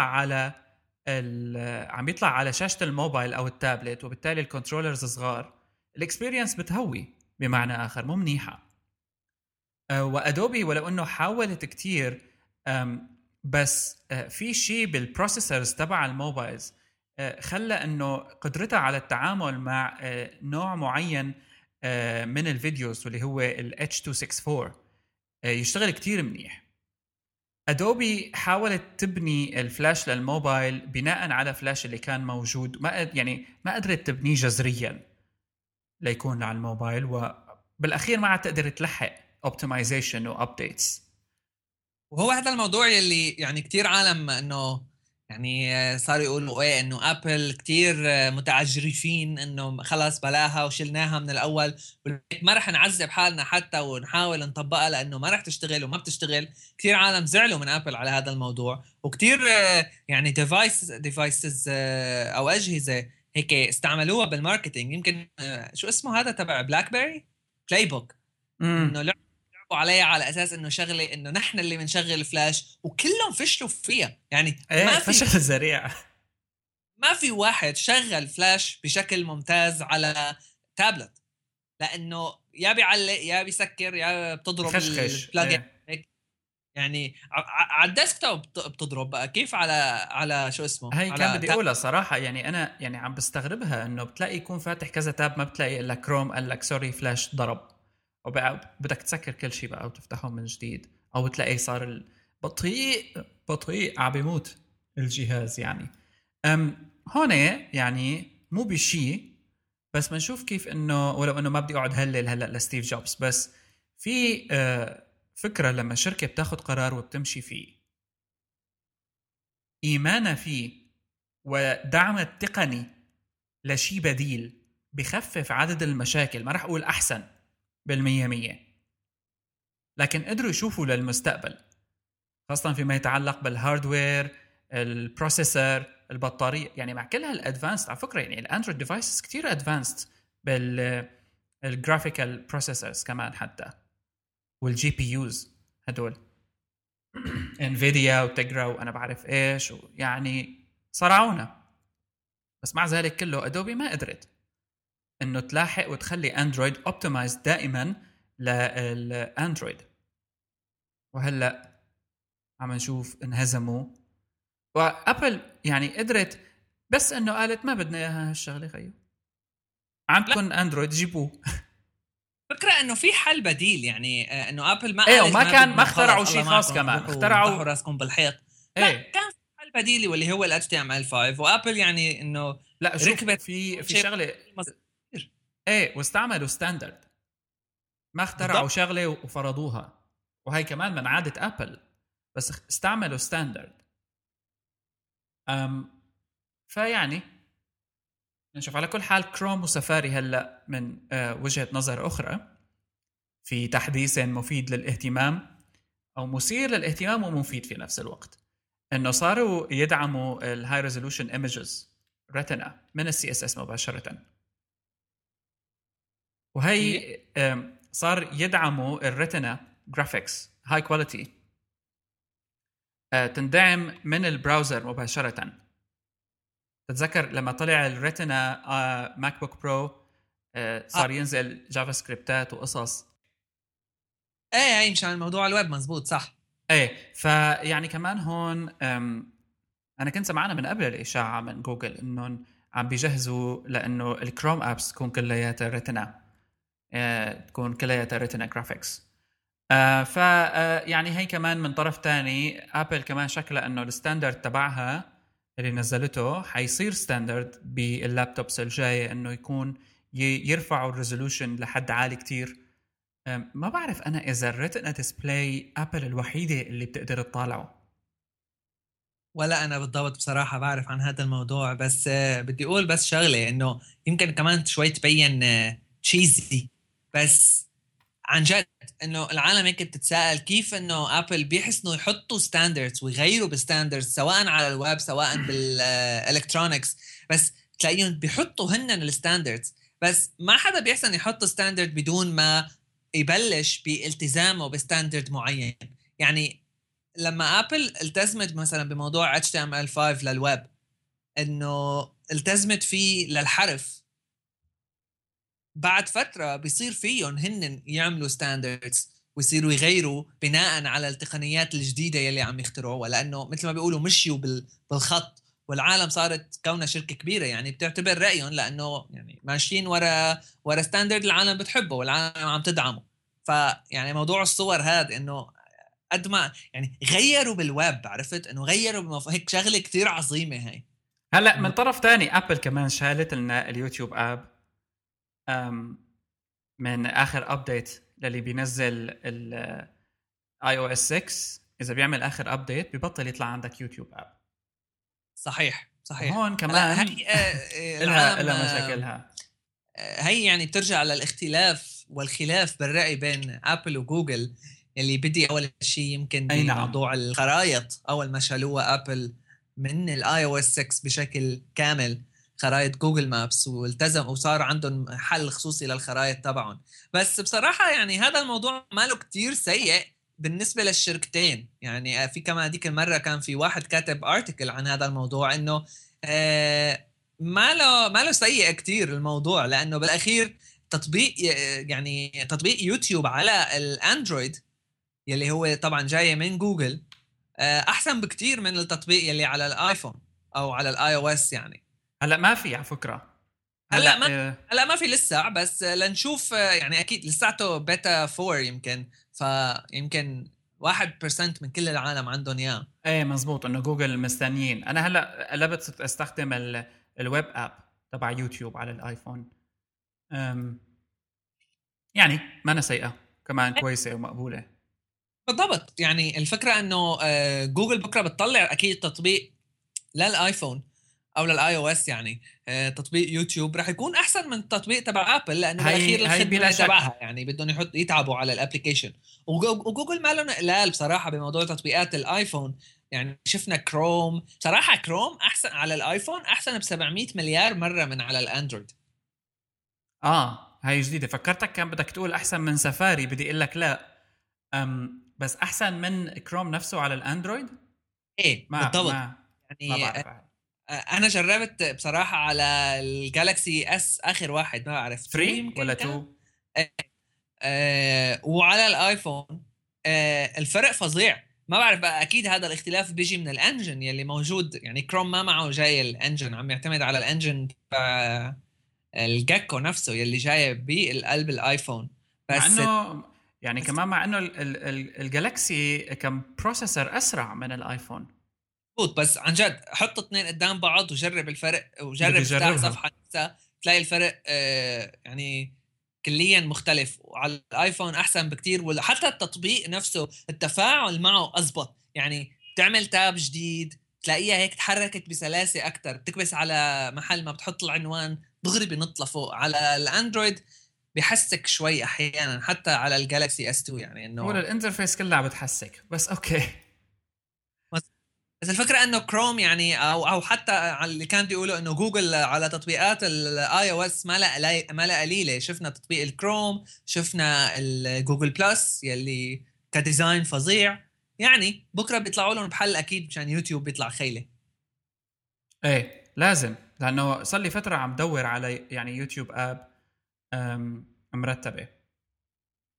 على شاشة الموبايل او التابلت، وبالتالي الكنترولرز صغار، الاكسبيرينس بتهوي بمعنى اخر مو منيحة. وادوبي ولو انه حاولت كتير، بس في شيء بالبروسيسورز تبع الموبايلز خلى انه قدرتها على التعامل مع نوع معين من الفيديوز واللي هو ال H.264 يشتغل كتير منيح. ادوبي حاولت تبني الفلاش للموبايل بناء على فلاش اللي كان موجود، ما قدرت تبنيه جذريا ليكون على الموبايل، وبالاخير ما عاد تقدر تلحق اوبتمايزيشن وابديتس. وهو هذا الموضوع يلي يعني كتير عالم انه يعني صار يقولوا ايه انه ابل كتير متعجرفين انه خلص بلاها وشلناها من الاول، ما رح نعذب حالنا حتى ونحاول نطبقها لانه ما رح تشتغل وما بتشتغل. كتير عالم زعلوا من ابل على هذا الموضوع، وكتير يعني ديفايسز او اجهزه هيك استعملوها بالماركتينج. يمكن شو اسمه هذا تبع بلاك بيري بلاي بوك، انه لعبوا عليها على اساس انه شغله انه نحن اللي بنشغل فلاش، وكلهم فشلوا فيها يعني. ما في فشل ذريع. ما في واحد شغل فلاش بشكل ممتاز على تابلت، لانه يا بيعلق يا بيسكر يا بتضرب البلاج يعني على الديسكتوب بتضرب بقى كيف على شو اسمه. هاي على كان بدي اقولها صراحه، يعني انا يعني عم بستغربها انه بتلاقي يكون فاتح كذا تاب ما بتلاقي الا كروم قال لك سوري فلاش ضرب، وبقى بدك تسكر كل شيء بقى وتفتحه من جديد، او بتلاقي صار بطيء عم بيموت الجهاز يعني. هون يعني مو بشيء، بس بنشوف كيف انه ولو انه ما بدي اقعد هلل هلا لستيف جوبز، بس في فكره لما شركه بتاخد قرار وبتمشي فيه، ايمانها فيه ودعم التقني لشي بديل بخفف عدد المشاكل، ما رح اقول احسن بالمية، لكن قدروا يشوفوا للمستقبل، خاصة فيما يتعلق بالهاردوير، البروسيسور، البطارية. يعني مع كل هالادفانسد، على فكرة يعني الاندرويد ديفايسز كتير ادفانسد بالجرافيكال بروسيسورز كمان حتى، والجي بي يوز هدول انفيديا وتجرا وانا بعرف ايش، يعني صرعونا. بس مع ذلك كله ادوبي ما قدرت انه تلاحق وتخلي اندرويد اوبتمايز دائما للاندرويد، وهلا عم نشوف انهزموا. وابل يعني قدرت، بس انه قالت ما بدنا اياها هالشغله، خيو عندكم اندرويد جيبوه. فكرة انه في حل بديل يعني، انه ابل ما ايه قالت ما اخترعوا شيء خاص كمان، اخترعوا راسكم بالحيط. لا ايه كان في حل بديل واللي هو ال HTML5، وابل يعني انه لا شوف ركبت في شغله ايه، واستعملوا ستاندرد، ما اخترعوا بالضبط. شغله وفرضوها، وهي كمان من عاده ابل، بس استعملوا ستاندرد. فيعني نشوف. على كل حال كروم وسفاري هلا من وجهة نظر أخرى في تحديث مفيد للاهتمام، أو مثير للاهتمام ومفيد في نفس الوقت، إنه صاروا يدعموا الهاي ريزولوشن ايمجز ريتنا من السي اس اس مباشرة، وهي صار يدعموا الريتنا جرافيكس هاي كواليتي، تندعم من البراوزر مباشرة. تتذكر لما طلع الريتنا ماك بوك برو صار ينزل جافا سكريبتات وقصص. ايه مشان موضوع الويب، مزبوط صح. ايه فيعني كمان هون انا كنت سمعنا من قبل الاشاعه من جوجل انهم عم بيجهزوا لانه الكروم ابس تكون كلياتها ريتنا، تكون كلياتها ريتنا جرافيكس. ف يعني هي كمان من طرف تاني ابل كمان شكلها انه الستاندرد تبعها اللي نزلته حيصير ستاندرد باللابتوبس الجايه، انه يكون يرفعوا الريزولوشن لحد عالي كتير. ما بعرف انا اذا الريتنا ديسبلاي ابل الوحيده اللي بتقدر تطالعه. ولا انا بالضبط بصراحه بعرف عن هذا الموضوع، بس بدي اقول بس شغله، انه يمكن كمان شوي تبين تشيزي، بس عن جد انه العالم هيك بتتساءل كيف انه ابل بيحسنوا يحطوا ستاندردز ويغيروا بستاندردز سواء على الويب سواء بالالكترونكس، بس تلاقيهم بيحطوا هن الستاندردز، بس ما حدا بيحسن يحط ستاندرد بدون ما يبلش بالتزامه بستاندرد معين. يعني لما ابل التزمت مثلا بموضوع HTML5 للويب، انه التزمت فيه للحرف، بعد فترة بيصير فيهم هن يعملوا ستاندردز ويصيروا يغيروا بناء على التقنيات الجديدة يلي عم يخترعوها، لأنه مثل ما بيقولوا مشيوا بالخط، والعالم صارت كونها شركة كبيرة يعني بتعتبر رأيهم، لأنه يعني ماشيين ورا ستاندرد العالم بتحبه والعالم عم تدعمه. فيعني موضوع الصور هذا انه قد ما يعني غيروا بالويب، عرفت انه غيروا هيك شغلة كتير عظيمة هاي. هلا من انه طرف تاني ابل كمان شالت لنا اليوتيوب اب من اخر ابديت للي بينزل الاي او اس 6. اذا بيعمل اخر ابديت ببطل يطلع عندك يوتيوب اب. صحيح. وهون هلا كمان هي لها العالم لها مشاكلها. هي يعني بترجع للاختلاف والخلاف بالرأي بين ابل وجوجل، اللي بدي اول شيء يمكن اي نعم. بموضوع الخرائط. اول ما شالوها ابل من الاي او اس 6 بشكل كامل، خرائط جوجل مابس، والتزم وصار عندهم حل خصوصي للخرائط تبعهم. بس بصراحة يعني هذا الموضوع ماله كتير سيء بالنسبة للشركتين. يعني في كمان ديك المرة كان في واحد كاتب ارتكل عن هذا الموضوع، انه ما له سيء كتير الموضوع، لانه بالاخير تطبيق يعني تطبيق يوتيوب على الاندرويد يلي هو طبعا جاي من جوجل احسن بكتير من التطبيق يلي على الايفون او على الاي او اس يعني. هلا ما في على فكره. هلا هلا ما هلا ما في لسه، بس لنشوف يعني اكيد لساته بيتا 4 يمكن، فيمكن 1% من كل العالم عندهم اياه. ايه مزبوط انه جوجل مستنيين. انا هلا قلبت صرت استخدم الويب اب تبع يوتيوب على الايفون. يعني ما أنا سيئه، كمان كويسه ومقبوله. بالضبط، يعني الفكره انه جوجل بكره بتطلع اكيد تطبيق للايفون او للاي او اس، يعني تطبيق يوتيوب راح يكون احسن من التطبيق تبع ابل، لانه بالاخير هي بلا الخدمه شك. تبعها يعني بدهم يتعبوا على الابلكيشن. وجوجل ما لهم اقلال بصراحه بموضوع تطبيقات الايفون. يعني شفنا كروم، صراحه كروم احسن على الايفون احسن ب 700 مليار مره من على الاندرويد. هاي جديده، فكرتك كان بدك تقول احسن من سفاري، بدي اقول لك لا. بس احسن من كروم نفسه على الاندرويد. ايه ما بالضبط. ما ما يعني بعرف. انا جربت بصراحه على الجالكسي اس اخر واحد، ما بعرف 2 3 يمكن ولا كان. 2؟ وعلى الايفون الفرق فظيع. ما بعرف بقى، اكيد هذا الاختلاف بيجي من الانجن يلي موجود. يعني كروم ما معه جاي الانجن، عم يعتمد على الانجن تبع الجاكو نفسه يلي جاي بقلب الايفون. مع بس انه يعني بس كمان مع انه الجالكسي كان بروسيسور اسرع من الايفون. بس عن جد حط اثنين قدام بعض وجرب الفرق، بدي وجرب افتح اجربها. صفحه نفسها تلاقي الفرق يعني كليا مختلف. وعلى الايفون احسن بكتير، وحتى التطبيق نفسه التفاعل معه أزبط. يعني تعمل تاب جديد تلاقيها هيك تحركت بسلاسة أكتر، بتكبس على محل ما بتحط العنوان دغري بنط لفوق. على الاندرويد بحسك شوي احيانا، حتى على الجالكسي اس 2 يعني هو انه. الانترفيس كلها بتحسك بس اوكي. بس الفكره انه كروم يعني او حتى على اللي كان بيقولوا انه جوجل على تطبيقات الاي او اس ما لا قليله. شفنا تطبيق الكروم، شفنا الجوجل بلس يلي كديزاين فظيع. يعني بكره بيطلعوا لهم بحل اكيد مشان يوتيوب بيطلع خيله. ايه لازم، لانه صار لي فتره عم دور على يعني يوتيوب اب مرتبه.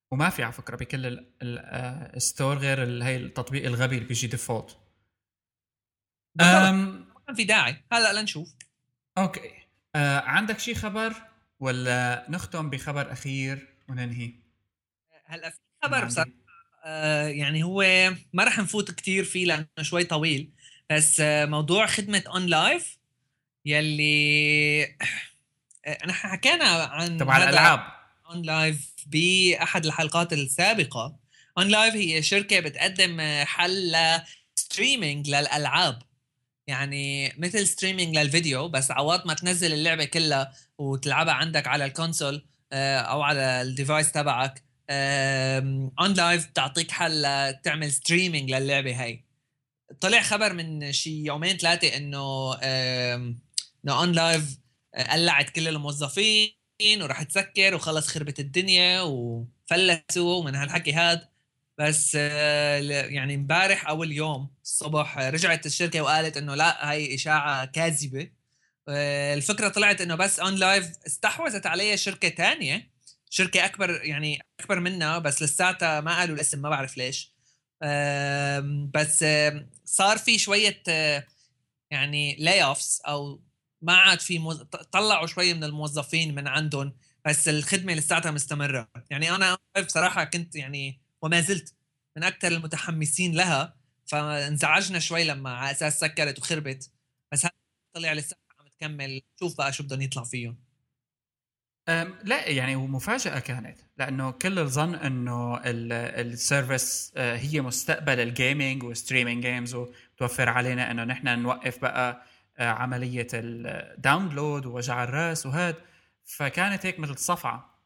وما في على فكره بكل الستور غير هي التطبيق الغبي اللي بيجي ديفولت. بالضبط، ما كان في داعي. هلا لنشوف. اوكي، عندك شي خبر ولا نختم بخبر اخير وننهي؟ هلا في من خبر بصراحه، عندي. يعني هو ما راح نفوت كتير فيه لانه شوي طويل، بس موضوع خدمه اون لايف يلي نحن حكينا عن تبع هذا الالعاب. اون لايف باحد الحلقات السابقه. اون لايف هي شركه بتقدم حل ستريمينج للالعاب، يعني مثل ستريمينج للفيديو، بس عوض ما تنزل اللعبه كلها وتلعبها عندك على الكونسول او على الديفايس تبعك، اون لايف بتعطيك حل تعمل ستريمينج للعبه هاي. طلع خبر من شي يومين ثلاثه انه اون لايف قلعت كل الموظفين وراح تسكر وخلص خربت الدنيا وفلسوا من هالحكي هاد. بس يعني امبارح او اليوم الصبح رجعت الشركه وقالت انه لا، هاي اشاعه كاذبه. الفكره طلعت انه بس اون لايف استحوذت عليها شركه تانية، شركه اكبر، يعني اكبر منها، بس لساتها ما قالوا الاسم، ما بعرف ليش. بس صار في شويه يعني لاي اوفس، او ما عاد في طلعوا شويه من الموظفين من عندهم، بس الخدمه لساتها مستمره. يعني انا بصراحه كنت يعني وما زلت من اكثر المتحمسين لها، فانزعجنا شوي لما على اساس سكرت وخربت. بس هذا طلع لسه عم تكمل، شوف بقى شو بدهم يطلع فيهم. لا يعني مفاجأة كانت، لأنه كل الظن أنه السيرفيس هي مستقبل الجيمينج وستريمينج جيمز، وتوفر علينا أنه نحن نوقف بقى عملية الداونلود ووجع الراس وهذا. فكانت هيك مثل صفعة.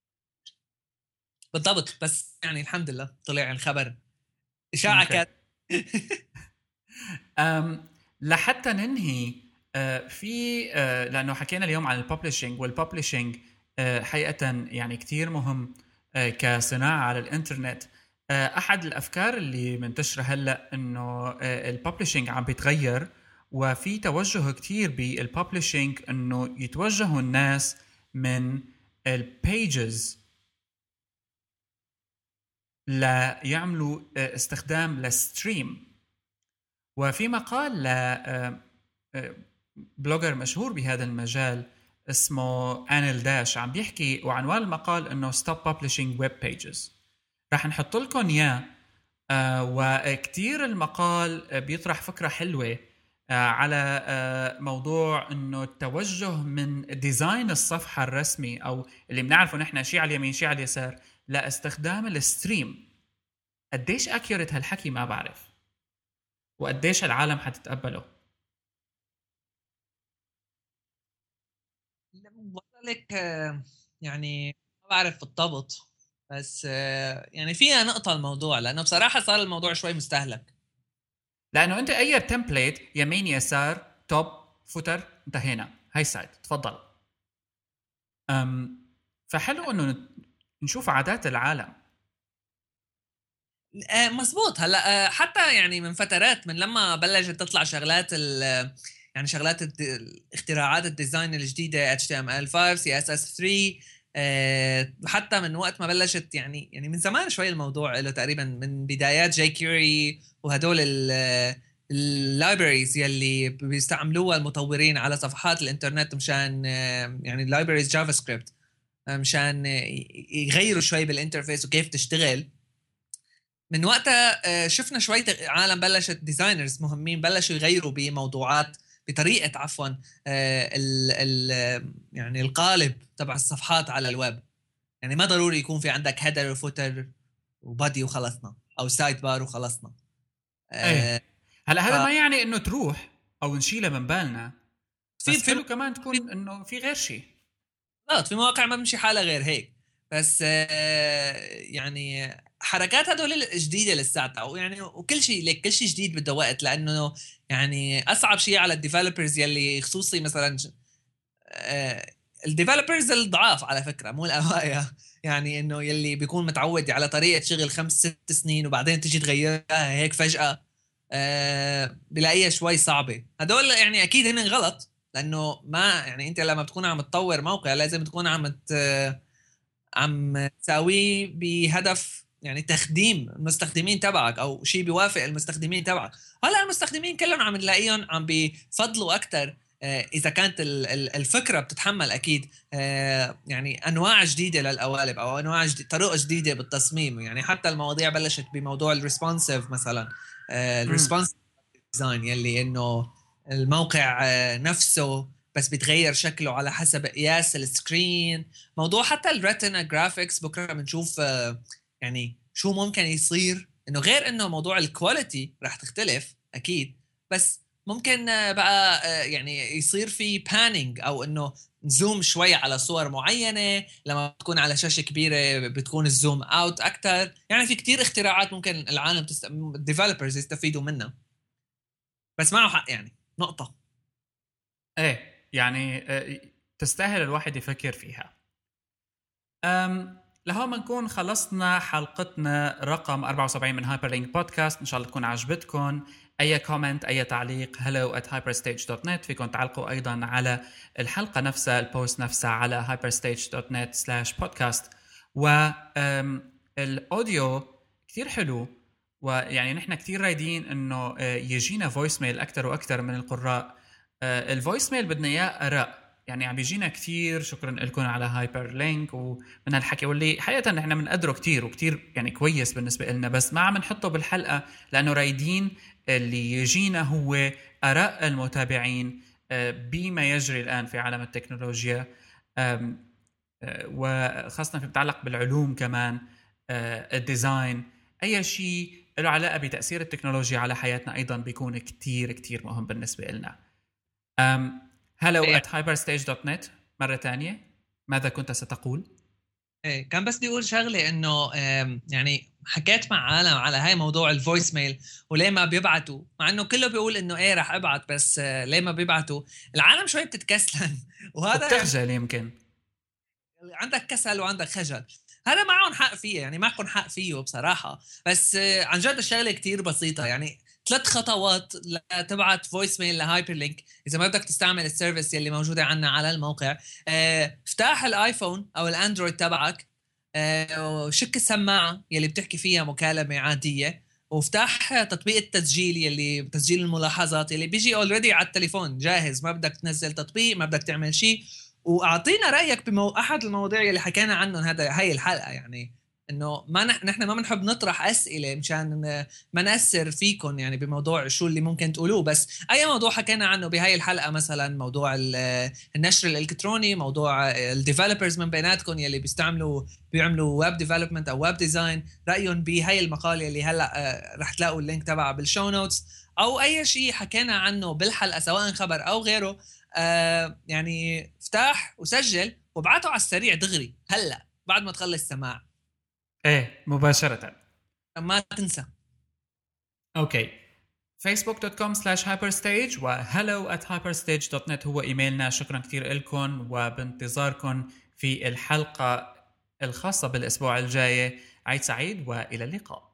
بالضبط، بس يعني الحمد لله طلع الخبر اشاعه اوكي. كانت. لحتى ننهي، في لأنه حكينا اليوم عن الببلشنج، والببلشنج حقيقة يعني كتير مهم كصناعة على الإنترنت. أحد الأفكار اللي منتشرة هلأ إنه الببلشنج عم بيتغير، وفي توجه كتير بالببلشنج إنه يتوجهوا الناس من البيجز ليعملوا استخدام للستريم. وفي مقال بلوجر مشهور بهذا المجال اسمه انيل داش عم بيحكي، وعنوان المقال انه Stop Publishing Web Pages. رح نحط لكم اياه. وكتير المقال بيطرح فكرة حلوة على موضوع انه التوجه من ديزاين الصفحة الرسمي، او اللي بنعرفه نحن شيء على اليمين شيء على اليسار، لاستخدام الستريم. قديش اكيوريت هالحكي ما بعرف، وقديش العالم حتتقبله. لك يعني ما بعرف بالضبط، بس يعني فيها نقطة الموضوع، لأنه بصراحة صار الموضوع شوي مستهلك. لانه انت اي تمبليت يمين يسار توب فوتر انتهينا، هاي سايد تفضل. أم فحلو انه نشوف عادات العالم. مزبوط. هلا حتى يعني من فترات، من لما بلشت تطلع شغلات يعني شغلات اختراعات الديزاين الجديده HTML5 CSS3، حتى من وقت ما بلشت، يعني من زمان شوي الموضوع له تقريبا من بدايات جاي كيوري وهدول اللايبريز يلي بيستعملوها المطورين على صفحات الانترنت مشان يعني اللايبريز جافا سكريبت، مشان يغيروا شوي بالانترفيس وكيف تشتغل. من وقتها شفنا شوية عالم بلشت، ديزاينرز مهمين بلشوا يغيروا بموضوعات، بطريقة عفوا ال يعني القالب تبع الصفحات على الويب. يعني ما ضروري يكون في عندك هيدر وفوتر وبادي وخلصنا، او سايد بار وخلصنا. ايه، هلا ف هذا ما يعني انه تروح او نشيلها من بالنا، في بس في حلو كمان تكون انه في غير شيء. في مواقع ما بمشي حالها غير هيك. بس يعني حركات هدول الجديده لساتها، او يعني وكل شيء لك، كل شيء جديد بده وقت، لانه يعني اصعب شيء على الديفلوبرز يلي خصوصي مثلا الديفلوبرز الضعاف على فكره، مو الاوائل. يعني انه يلي بيكون متعود على طريقه شغل 5 6 سنين وبعدين تيجي تغيرها هيك فجاه، بلاقيها شوي صعبه. هدول يعني اكيد هن غلط، لانه ما يعني انت لما بتكون عم تطور موقع لازم تكون عم تساويه بهدف يعني تخديم المستخدمين تبعك او شيء بيوافق المستخدمين تبعك. هلا المستخدمين كلهم عم نلاقيهم عم بفضلوا اكثر اذا كانت الفكره بتتحمل اكيد يعني انواع جديده للقوالب او انواع طرق جديده بالتصميم. يعني حتى المواضيع بلشت بموضوع الريسبونسيف مثلا، الريسبونسيف ديزاين يلي انه الموقع نفسه بس بيتغير شكله على حسب قياس السكرين. موضوع حتى الريتنا جرافيكس بكره بنشوف يعني شو ممكن يصير، انه غير انه موضوع الكواليتي راح تختلف اكيد، بس ممكن بقى يعني يصير في بانينج او انه نزوم شوي على صور معينة. لما تكون على شاشة كبيرة بتكون الزوم اوت اكتر. يعني في كتير اختراعات ممكن العالم الديفلوبرز يستفيدوا منها، بس معه حق يعني نقطة. ايه يعني تستاهل الواحد يفكر فيها. لهون بنكون خلصنا حلقتنا رقم 74 من هايبرلينك بودكاست. ان شاء الله تكون عجبتكم. اي كومنت اي تعليق hello@hyperstage.net. فيكم تعلقوا ايضا على الحلقة نفسها البوست نفسها على hyperstage.net/podcast. والاوديو كتير حلو، ويعني نحن كتير رايدين انه يجينا فويس ميل اكتر واكتر من القراء. الفويس ميل بدنا اياه اراء، يعني عم بيجينا كتير. شكرا لكم على هايبر لينك ومن هالحكي، واللي حقيقة نحن بنقدره كتير وكتير يعني كويس بالنسبة لنا، بس ما عم نحطه بالحلقة لأنه رايدين اللي يجينا هو آراء المتابعين بما يجري الآن في عالم التكنولوجيا، وخاصة في متعلق بالعلوم كمان، الديزاين، أي شيء له علاقة بتأثير التكنولوجيا على حياتنا أيضا بيكون كتير كتير مهم بالنسبة لنا. hello@hyperstage.net. مرة تانية، ماذا كنت ستقول؟ ايه كان بس بدي اقول شغله انه يعني حكيت مع عالم على هاي موضوع الفويس ميل وليه ما بيبعتوا، مع انه كله بيقول انه ايه رح ابعت، بس ليه ما بيبعتوا؟ العالم شوي بتتكسلن وهذا وبتخجل يعني يمكن. عندك كسل وعندك خجل. هذا معهم حق فيه، يعني معكم حق فيه بصراحة. بس عن جد الشغلة كتير بسيطة. يعني 3 خطوات لتبعت فويس ميل لهايبر لينك إذا ما بدك تستعمل السيرفيس يلي موجودة عنا على الموقع. افتح الآيفون أو الأندرويد تبعك، وشك السماعة يلي بتحكي فيها مكالمة عادية، وافتح تطبيق التسجيل يلي تسجيل الملاحظات يلي بيجي اوريدي على التليفون جاهز، ما بدك تنزل تطبيق، ما بدك تعمل شيء. واعطينا رايك احد المواضيع اللي حكينا عنهم هاي الحلقه. يعني انه ما نحن ما بنحب نطرح اسئله مشان ما ناثر فيكم يعني بموضوع شو اللي ممكن تقولوه، بس اي موضوع حكينا عنه بهاي الحلقه، مثلا موضوع النشر الالكتروني، موضوع الديفلوبرز من بيناتكم يلي بيعملوا ويب ديفلوبمنت او ويب ديزاين، رايهم بهاي المقاله اللي هلا رح تلاقوا اللينك تبعها بالشو نوتس، او اي شيء حكينا عنه بالحلقه سواء خبر او غيره. يعني افتح وسجل وابعته على السريع دغري هلا بعد ما تخلص سماع. ايه مباشرة. ما تنسى. اوكي، facebook.com/hyperstage و hello@hyperstage.net هو ايميلنا. شكرا كثير لكم وبانتظاركم في الحلقة الخاصة بالاسبوع الجاي. عيد سعيد والى اللقاء.